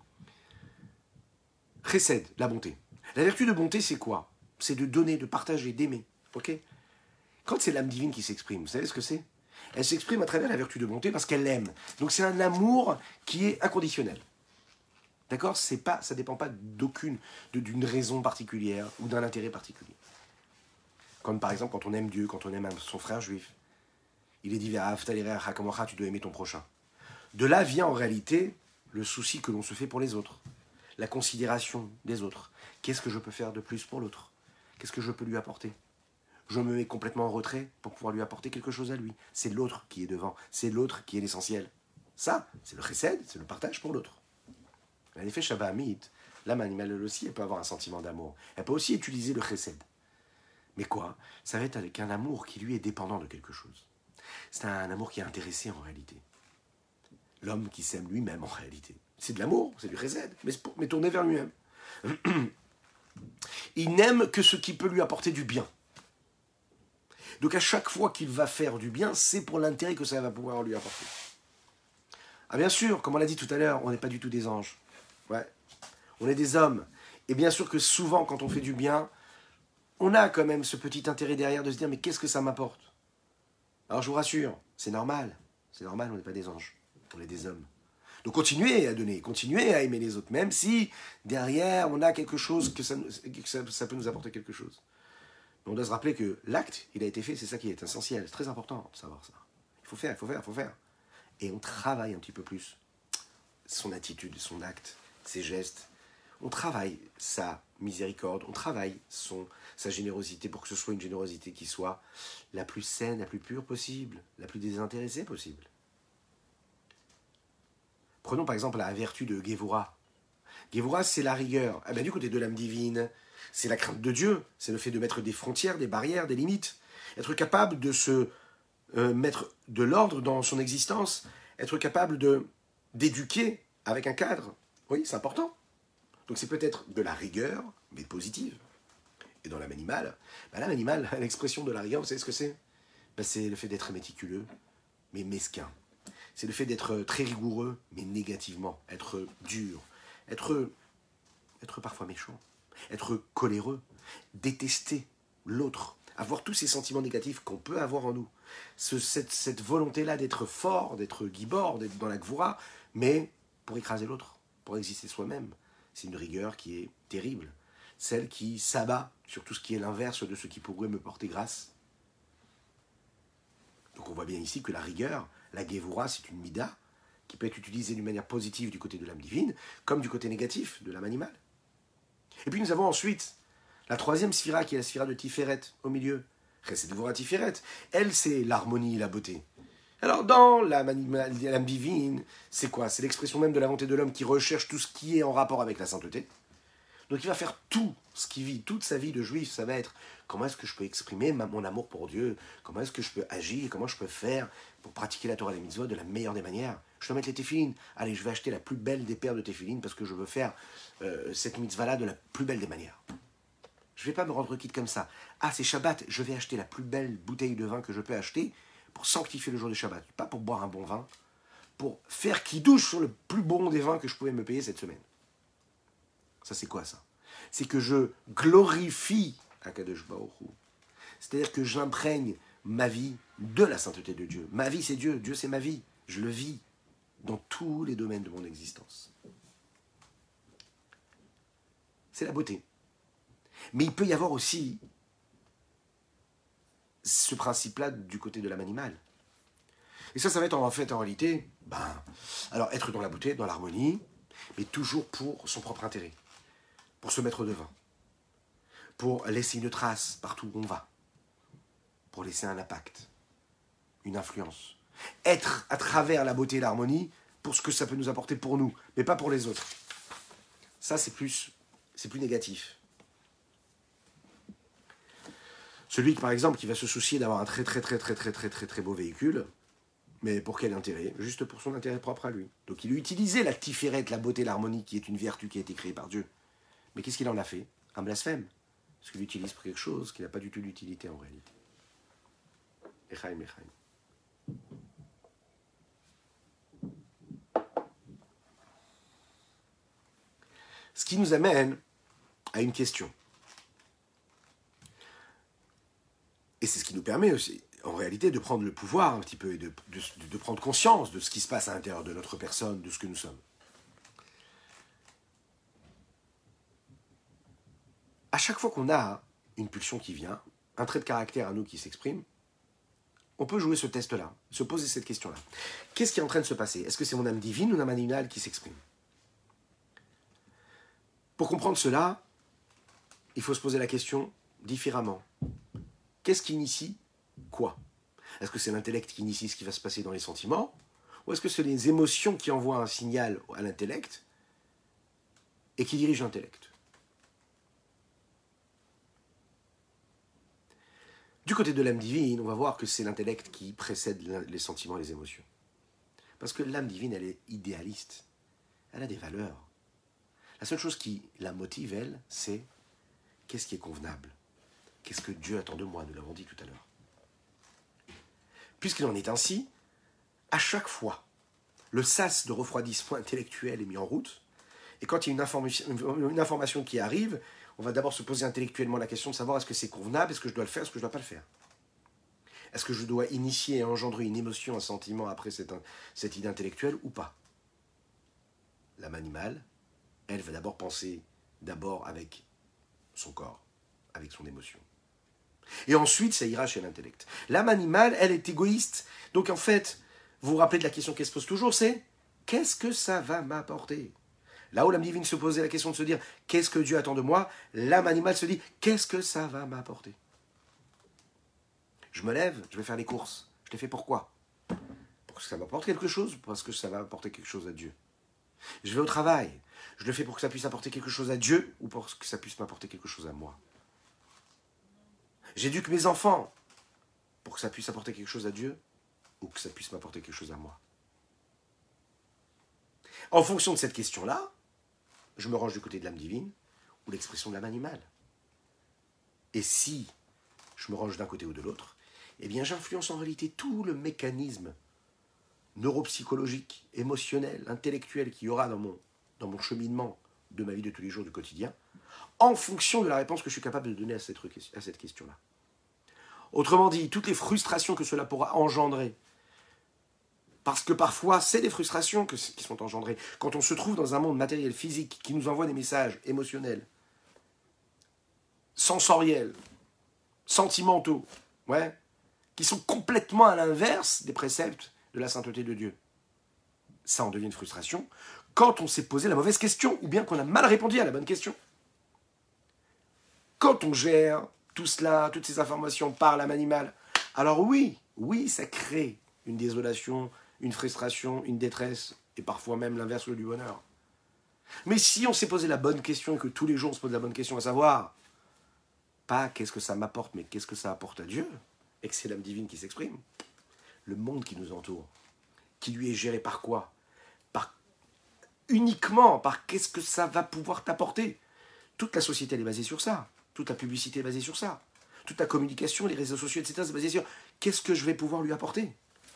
Chesed, la bonté. La vertu de bonté, c'est quoi? C'est de donner, de partager, d'aimer. Ok? Quand c'est l'âme divine qui s'exprime, vous savez ce que c'est? Elle s'exprime à travers la vertu de bonté parce qu'elle l'aime. Donc c'est un amour qui est inconditionnel. D'accord? C'est pas, ça ne dépend pas d'aucune, de, d'une raison particulière ou d'un intérêt particulier. Comme par exemple quand on aime Dieu, quand on aime son frère juif. il est dit tu dois aimer ton prochain. De là vient en réalité le souci que l'on se fait pour les autres, la considération des autres. Qu'est-ce que je peux faire de plus pour l'autre? Qu'est-ce que je peux lui apporter? Je me mets complètement en retrait pour pouvoir lui apporter quelque chose à lui. C'est l'autre qui est devant, c'est l'autre qui est l'essentiel. Ça, c'est le chesed, c'est le partage pour l'autre. En effet, Shabbat Amit, l'âme animale elle aussi, elle peut avoir un sentiment d'amour. Elle peut aussi utiliser le chesed. Mais quoi? Ça va être avec un amour qui lui est dépendant de quelque chose. C'est un amour qui est intéressé en réalité. L'homme qui s'aime lui-même en réalité. C'est de l'amour, c'est du chesed, mais, mais tourné vers lui-même. Il n'aime que ce qui peut lui apporter du bien. Donc à chaque fois qu'il va faire du bien, c'est pour l'intérêt que ça va pouvoir lui apporter. Ah bien sûr, comme on l'a dit tout à l'heure, on n'est pas du tout des anges. Ouais. On est des hommes. Et bien sûr que souvent, quand on fait du bien, on a quand même ce petit intérêt derrière de se dire, mais qu'est-ce que ça m'apporte? Alors je vous rassure, c'est normal. C'est normal, on n'est pas des anges. On est des hommes. Donc continuez à donner, continuez à aimer les autres, même si derrière, on a quelque chose, que ça, que ça, ça peut nous apporter quelque chose. Mais on doit se rappeler que l'acte, il a été fait, c'est ça qui est essentiel. C'est très important de savoir ça. Il faut faire, il faut faire, il faut faire. Et on travaille un petit peu plus son attitude, son acte, ses gestes. On travaille sa miséricorde, on travaille son, sa générosité pour que ce soit une générosité qui soit la plus saine, la plus pure possible, la plus désintéressée possible. Prenons par exemple la vertu de Gévoura. Gévoura, c'est la rigueur. Ah ben, du côté de l'âme divine, c'est la crainte de Dieu, c'est le fait de mettre des frontières, des barrières, des limites. Être capable de se euh, mettre de l'ordre dans son existence, être capable de d'éduquer avec un cadre. Oui, c'est important. Donc c'est peut-être de la rigueur, mais positive. Et dans l'âme animale, ben l'âme animale, l'expression de la rigueur, vous savez ce que c'est? Ben c'est le fait d'être méticuleux, mais mesquin. C'est le fait d'être très rigoureux, mais négativement. Être dur, être, être parfois méchant, être coléreux, détester l'autre, avoir tous ces sentiments négatifs qu'on peut avoir en nous. Ce, cette, cette volonté-là d'être fort, d'être gibor, d'être dans la gvoura, mais pour écraser l'autre, pour exister soi-même. C'est une rigueur qui est terrible. Celle qui s'abat sur tout ce qui est l'inverse de ce qui pourrait me porter grâce. Donc on voit bien ici que la rigueur, la Gévoura, c'est une mida qui peut être utilisée d'une manière positive du côté de l'âme divine, comme du côté négatif de l'âme animale. Et puis nous avons ensuite la troisième sphira, qui est la sphira de Tiferet, au milieu. Chesed Gvura Tiferet. Elle, c'est l'harmonie et la beauté. Alors dans l'âme animale, l'âme divine, c'est quoi? C'est l'expression même de la volonté de l'homme qui recherche tout ce qui est en rapport avec la sainteté. Donc il va faire tout ce qu'il vit, toute sa vie de juif, ça va être comment est-ce que je peux exprimer ma, mon amour pour Dieu, comment est-ce que je peux agir, comment je peux faire pour pratiquer la Torah et les mitzvot de la meilleure des manières. Je dois mettre les téphilines. Allez, je vais acheter la plus belle des paires de téphilines parce que je veux faire euh, cette mitzvah-là de la plus belle des manières. Je ne vais pas me rendre quitte comme ça. Ah, c'est Shabbat, je vais acheter la plus belle bouteille de vin que je peux acheter pour sanctifier le jour de Shabbat. Pas pour boire un bon vin, pour faire qui douche sur le plus bon des vins que je pouvais me payer cette semaine. Ça, c'est quoi ça? C'est que je glorifie Akadosh Baruch Hu. C'est-à-dire que j'imprègne ma vie de la sainteté de Dieu. Ma vie, c'est Dieu. Dieu, c'est ma vie. Je le vis dans tous les domaines de mon existence. C'est la beauté. Mais il peut y avoir aussi ce principe-là du côté de l'âme animale. Et ça, ça va être en fait, en réalité, ben, alors être dans la beauté, dans l'harmonie, mais toujours pour son propre intérêt. Pour se mettre devant, pour laisser une trace partout où on va, pour laisser un impact, une influence. Être à travers la beauté et l'harmonie pour ce que ça peut nous apporter pour nous, mais pas pour les autres. Ça, c'est plus, c'est plus négatif. Celui, par exemple, qui va se soucier d'avoir un très très très très très très très très beau véhicule, mais pour quel intérêt? Juste pour son intérêt propre à lui. Donc il a utilisé la tiférette, la beauté, l'harmonie, qui est une vertu qui a été créée par Dieu. Mais qu'est-ce qu'il en a fait? Un blasphème. Parce qu'il l'utilise pour quelque chose qui n'a pas du tout d'utilité en réalité. Echaim, Echaim. Ce qui nous amène à une question. Et c'est ce qui nous permet aussi, en réalité, de prendre le pouvoir un petit peu et de, de, de prendre conscience de ce qui se passe à l'intérieur de notre personne, de ce que nous sommes. À chaque fois qu'on a une pulsion qui vient, un trait de caractère à nous qui s'exprime, on peut jouer ce test-là, se poser cette question-là. Qu'est-ce qui est en train de se passer? Est-ce que c'est mon âme divine ou l'âme animale qui s'exprime? Pour comprendre cela, il faut se poser la question différemment. Qu'est-ce qui initie quoi? Est-ce que c'est l'intellect qui initie ce qui va se passer dans les sentiments? Ou est-ce que c'est les émotions qui envoient un signal à l'intellect et qui dirigent l'intellect? Du côté de l'âme divine, on va voir que c'est l'intellect qui précède les sentiments et les émotions. Parce que l'âme divine, elle est idéaliste. Elle a des valeurs. La seule chose qui la motive, elle, c'est qu'est-ce qui est convenable? Qu'est-ce que Dieu attend de moi? Nous l'avons dit tout à l'heure. Puisqu'il en est ainsi, à chaque fois, le sas de refroidissement intellectuel est mis en route, et quand il y a une information, une information qui arrive, on va d'abord se poser intellectuellement la question de savoir est-ce que c'est convenable, est-ce que je dois le faire, est-ce que je ne dois pas le faire? Est-ce que je dois initier et engendrer une émotion, un sentiment après cette, cette idée intellectuelle ou pas? L'âme animale, elle va d'abord penser d'abord avec son corps, avec son émotion. Et ensuite, ça ira chez l'intellect. L'âme animale, elle est égoïste. Donc en fait, vous vous rappelez de la question qu'elle se pose toujours, c'est qu'est-ce que ça va m'apporter? Là où l'âme divine se posait la question de se dire qu'est-ce que Dieu attend de moi, l'âme animale se dit qu'est-ce que ça va m'apporter? Je me lève, je vais faire les courses. Je les fais pourquoi? Pour que ça m'apporte quelque chose, parce que ça va apporter quelque chose à Dieu. Je vais au travail, je le fais pour que ça puisse apporter quelque chose à Dieu ou pour que ça puisse m'apporter quelque chose à moi. J'éduque mes enfants pour que ça puisse apporter quelque chose à Dieu ou que ça puisse m'apporter quelque chose à moi. En fonction de cette question-là, je me range du côté de l'âme divine ou l'expression de l'âme animale. Et si je me range d'un côté ou de l'autre, eh bien j'influence en réalité tout le mécanisme neuropsychologique, émotionnel, intellectuel qu'il y aura dans mon, dans mon cheminement de ma vie de tous les jours, du quotidien, en fonction de la réponse que je suis capable de donner à cette, à cette question-là. Autrement dit, toutes les frustrations que cela pourra engendrer, parce que parfois, c'est des frustrations que, qui sont engendrées. Quand on se trouve dans un monde matériel, physique, qui nous envoie des messages émotionnels, sensoriels, sentimentaux, ouais, qui sont complètement à l'inverse des préceptes de la sainteté de Dieu. Ça en devient une frustration quand on s'est posé la mauvaise question, ou bien qu'on a mal répondu à la bonne question. Quand on gère tout cela, toutes ces informations par l'âme animale, alors oui, oui, ça crée une désolation, une frustration, une détresse, et parfois même l'inverse du bonheur. Mais si on s'est posé la bonne question, et que tous les jours on se pose la bonne question, à savoir, pas qu'est-ce que ça m'apporte, mais qu'est-ce que ça apporte à Dieu, et que c'est l'âme divine qui s'exprime, le monde qui nous entoure, qui lui est géré par quoi? Par, uniquement par qu'est-ce que ça va pouvoir t'apporter. Toute la société elle est basée sur ça, toute la publicité est basée sur ça, toute la communication, les réseaux sociaux, et cetera, c'est basé sur qu'est-ce que je vais pouvoir lui apporter.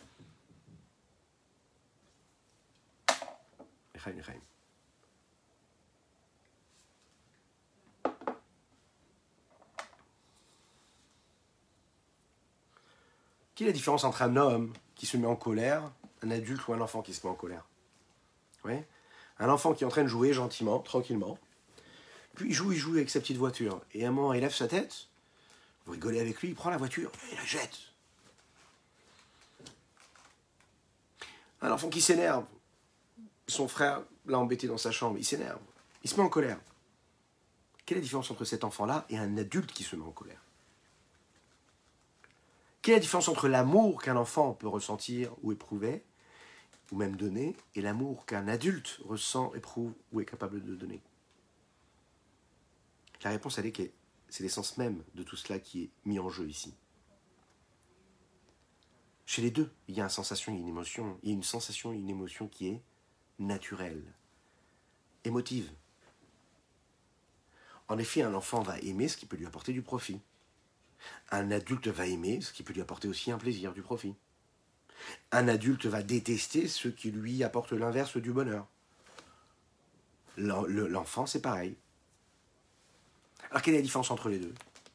Quelle est la différence entre un homme qui se met en colère, un adulte ou un enfant qui se met en colère? Oui. Un enfant qui est en train de jouer gentiment, tranquillement, puis il joue, il joue avec sa petite voiture, et à un moment il lève sa tête, vous rigolez avec lui, il prend la voiture, et il la jette. Un enfant qui s'énerve, son frère l'a embêté dans sa chambre, il s'énerve, il se met en colère. Quelle est la différence entre cet enfant-là et un adulte qui se met en colère? Quelle est la différence entre l'amour qu'un enfant peut ressentir ou éprouver, ou même donner, et l'amour qu'un adulte ressent, éprouve ou est capable de donner? La réponse, elle est que c'est l'essence même de tout cela qui est mis en jeu ici. Chez les deux, il y a une sensation et une émotion, il y a une sensation et une émotion qui est naturelle, émotive. En effet, un enfant va aimer ce qui peut lui apporter du profit. Un adulte va aimer ce qui peut lui apporter aussi un plaisir, du profit. Un adulte va détester ce qui lui apporte l'inverse du bonheur. L'enfant, c'est pareil. Alors, quelle est la différence entre les deux?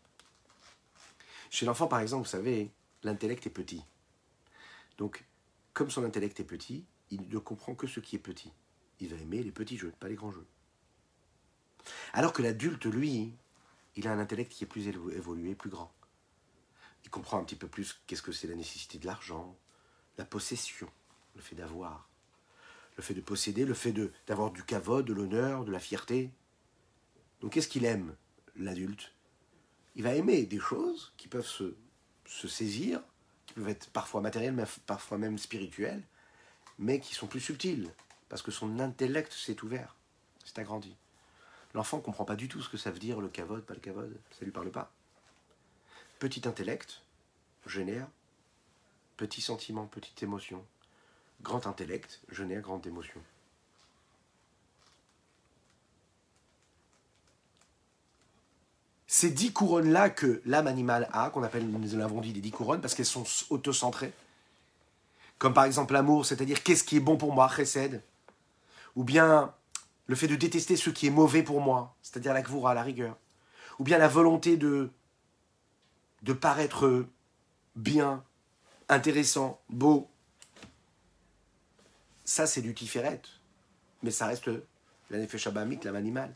Chez l'enfant, par exemple, vous savez, l'intellect est petit. Donc, comme son intellect est petit, il ne comprend que ce qui est petit. Il va aimer les petits jeux, pas les grands jeux. Alors que l'adulte, lui, il a un intellect qui est plus évolué, plus grand. il comprend un petit peu plus qu'est-ce que c'est la nécessité de l'argent, la possession, le fait d'avoir, le fait de posséder, le fait de, d'avoir du kavod, de l'honneur, de la fierté. Donc qu'est-ce qu'il aime, l'adulte? Il va aimer des choses qui peuvent se, se saisir, qui peuvent être parfois matérielles, mais parfois même spirituelles, mais qui sont plus subtiles, parce que son intellect s'est ouvert, s'est agrandi. L'enfant ne comprend pas du tout ce que ça veut dire, le kavod, pas le kavod, ça ne lui parle pas. Petit intellect génère petit sentiment, petite émotion. Grand intellect génère grande émotion. Ces dix couronnes-là que l'âme animale a, qu'on appelle, nous l'avons dit, des dix couronnes, parce qu'elles sont autocentrées, comme par exemple l'amour, c'est-à-dire qu'est-ce qui est bon pour moi, chesed, ou bien le fait de détester ce qui est mauvais pour moi, c'est-à-dire la gvoura, la rigueur, ou bien la volonté de, de paraître bien, intéressant, beau. Ça, c'est du tiferet, mais ça reste la nefesh habamit, l'âme animale.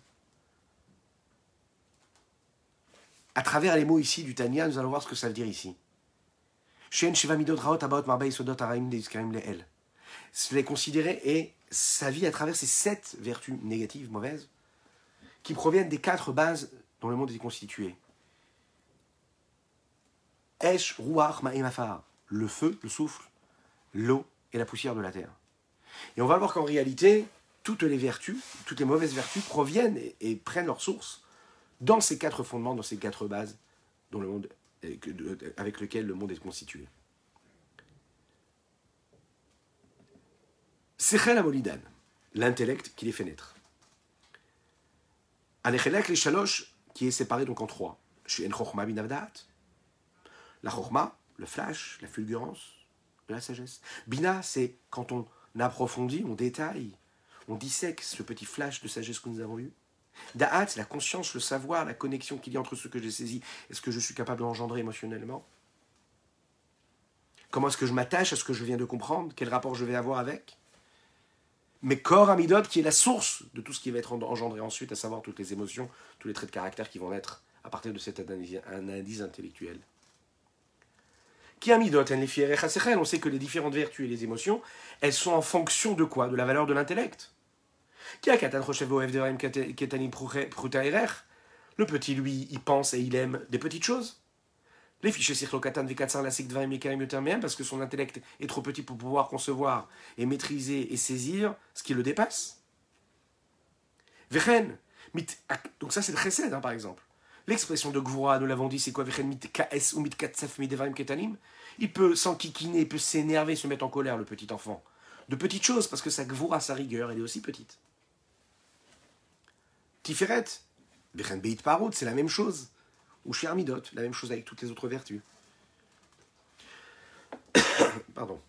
À travers les mots ici du Tanya, nous allons voir ce que ça veut dire ici. Cela est considéré et sa vie à travers ces sept vertus négatives, mauvaises, qui proviennent des quatre bases dont le monde est constitué. Esh, Ruach, Ma'im, Afar, le feu, le souffle, l'eau et la poussière de la terre. Et on va voir qu'en réalité, toutes les vertus, toutes les mauvaises vertus proviennent et, et prennent leur source dans ces quatre fondements, dans ces quatre bases dont le monde, avec lesquelles le monde est constitué. Sechel Amolidan, l'intellect qui les fait naître. Alechelek les shalosh, qui est séparé donc en trois. Chez En Chochma bin Avdat, la Chochma, le flash, la fulgurance de la sagesse. Bina, c'est quand on approfondit, on détaille, on dissèque ce petit flash de sagesse que nous avons eu. Da'at, la conscience, le savoir, la connexion qu'il y a entre ce que j'ai saisi et ce que je suis capable d'engendrer émotionnellement. Comment est-ce que je m'attache à ce que je viens de comprendre? Quel rapport je vais avoir avec? Mais corps amidot, qui est la source de tout ce qui va être engendré ensuite, à savoir toutes les émotions, tous les traits de caractère qui vont naître à partir de cette analyse, analyse intellectuelle. Qui amidot, on sait que les différentes vertus et les émotions, elles sont en fonction de quoi? De la valeur de l'intellect. Le petit, lui, il pense et il aime des petites choses. Les fichiers parce que son intellect est trop petit pour pouvoir concevoir et maîtriser et saisir ce qui le dépasse. Donc ça c'est le chesed, hein, par exemple. L'expression de Gvura, nous l'avons dit, c'est quoi? Il peut s'enquiquiner, il peut s'énerver, se mettre en colère, le petit enfant. De petites choses, parce que sa Gvura, sa rigueur, elle est aussi petite. Tiferet, c'est la même chose. Ou chez Armidot, la même chose avec toutes les autres vertus. Pardon.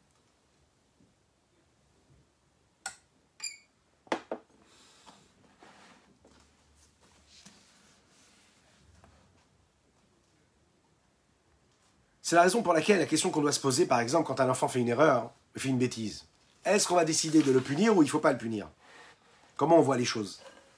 C'est la raison pour laquelle la question qu'on doit se poser, par exemple, quand un enfant fait une erreur, fait une bêtise, est-ce qu'on va décider de le punir ou il ne faut pas le punir? Comment on voit les choses?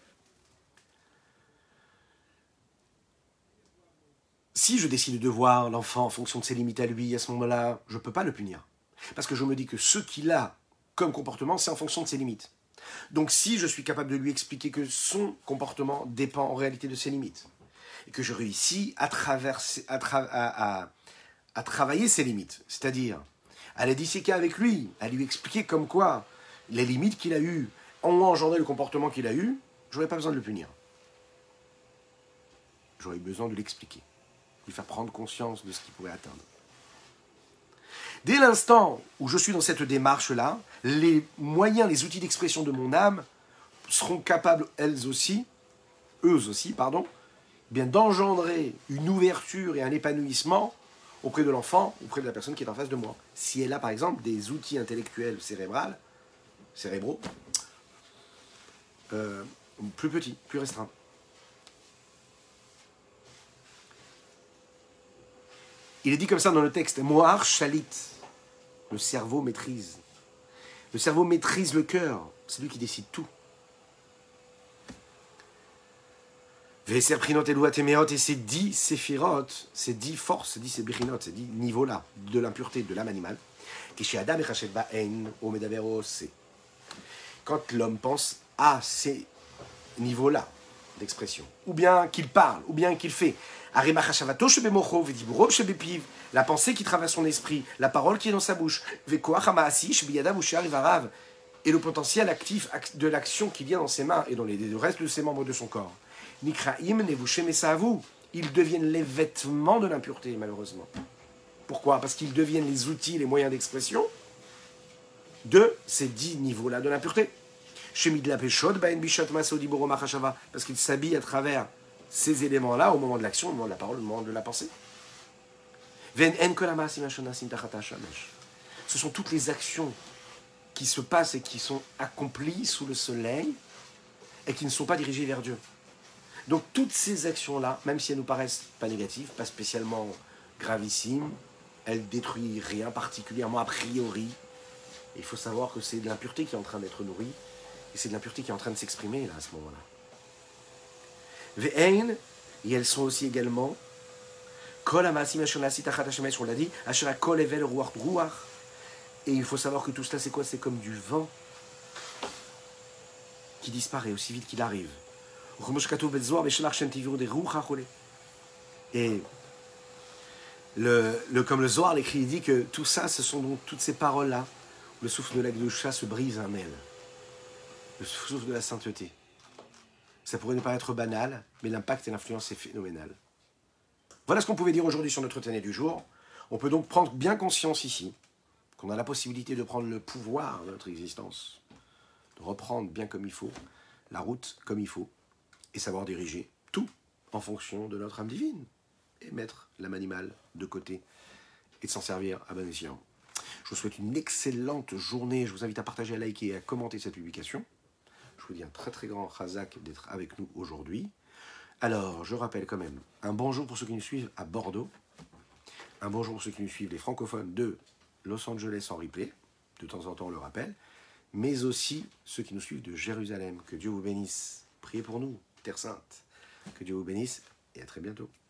Si je décide de voir l'enfant en fonction de ses limites à lui, à ce moment-là, je ne peux pas le punir. Parce que je me dis que ce qu'il a comme comportement, c'est en fonction de ses limites. Donc si je suis capable de lui expliquer que son comportement dépend en réalité de ses limites, et que je réussis à, traverser, à, tra- à, à, à travailler ses limites, c'est-à-dire à les disséquer avec lui, à lui expliquer comme quoi les limites qu'il a eues ont engendré le comportement qu'il a eu, je n'aurais pas besoin de le punir. J'aurais besoin de l'expliquer, lui faire prendre conscience de ce qu'il pourrait atteindre. Dès l'instant où je suis dans cette démarche-là, les moyens, les outils d'expression de mon âme seront capables, elles aussi, eux aussi, pardon, bien d'engendrer une ouverture et un épanouissement auprès de l'enfant, auprès de la personne qui est en face de moi. Si elle a, par exemple, des outils intellectuels cérébrales, cérébraux, euh, plus petits, plus restreints. Il est dit comme ça dans le texte, Mohar Shalit, le cerveau maîtrise. Le cerveau maîtrise le cœur, c'est lui qui décide tout. Veser Prinot Elua Temeot, et ces dix séphirot, ces dix forces, ces dix brinot, ces dix niveaux-là de l'impureté de l'âme animale, Adam et quand l'homme pense à ces niveaux-là d'expression, ou bien qu'il parle, ou bien qu'il fait, la pensée qui traverse son esprit, la parole qui est dans sa bouche, et le potentiel actif de l'action qui vient dans ses mains et dans les, le reste de ses membres de son corps. Nikraim nevushé mesavu, ils deviennent les vêtements de l'impureté, malheureusement. Pourquoi? Parce qu'ils deviennent les outils, les moyens d'expression de ces dix niveaux-là de l'impureté. Parce qu'ils s'habillent à travers ces éléments-là au moment de l'action, au moment de la parole, au moment de la pensée. Ce sont toutes les actions qui se passent et qui sont accomplies sous le soleil et qui ne sont pas dirigées vers Dieu. Donc toutes ces actions-là, même si elles nous paraissent pas négatives, pas spécialement gravissimes, elles ne détruisent rien particulièrement a priori. Et il faut savoir que c'est de l'impureté qui est en train d'être nourrie et c'est de l'impureté qui est en train de s'exprimer là à ce moment-là. Ve'ein, et elles sont aussi également kol ha'ma'asim asher na'asit tachat hashemesh, on l'a dit, asher ha'kol hevel ruach ruach. Et il faut savoir que tout cela c'est quoi? C'est comme du vent qui disparaît aussi vite qu'il arrive. Et le, le, comme le Zohar l'écrit, il dit que tout ça, ce sont donc toutes ces paroles-là, le souffle de la Gdusha se brise un aile. Le souffle de la sainteté. Ça pourrait ne pas être banal, mais l'impact et l'influence est phénoménal. Voilà ce qu'on pouvait dire aujourd'hui sur notre Tanya du jour. On peut donc prendre bien conscience ici qu'on a la possibilité de prendre le pouvoir de notre existence, de reprendre bien comme il faut, la route comme il faut, et savoir diriger tout en fonction de notre âme divine, et mettre l'âme animale de côté, et de s'en servir à bon escient. Je vous souhaite une excellente journée, je vous invite à partager, à liker et à commenter cette publication. Je vous dis un très très grand chazak d'être avec nous aujourd'hui. Alors, je rappelle quand même, un bonjour pour ceux qui nous suivent à Bordeaux, un bonjour pour ceux qui nous suivent, les francophones de Los Angeles en replay, de temps en temps on le rappelle, mais aussi ceux qui nous suivent de Jérusalem. Que Dieu vous bénisse. Priez pour nous, Terre Sainte. Que Dieu vous bénisse et à très bientôt.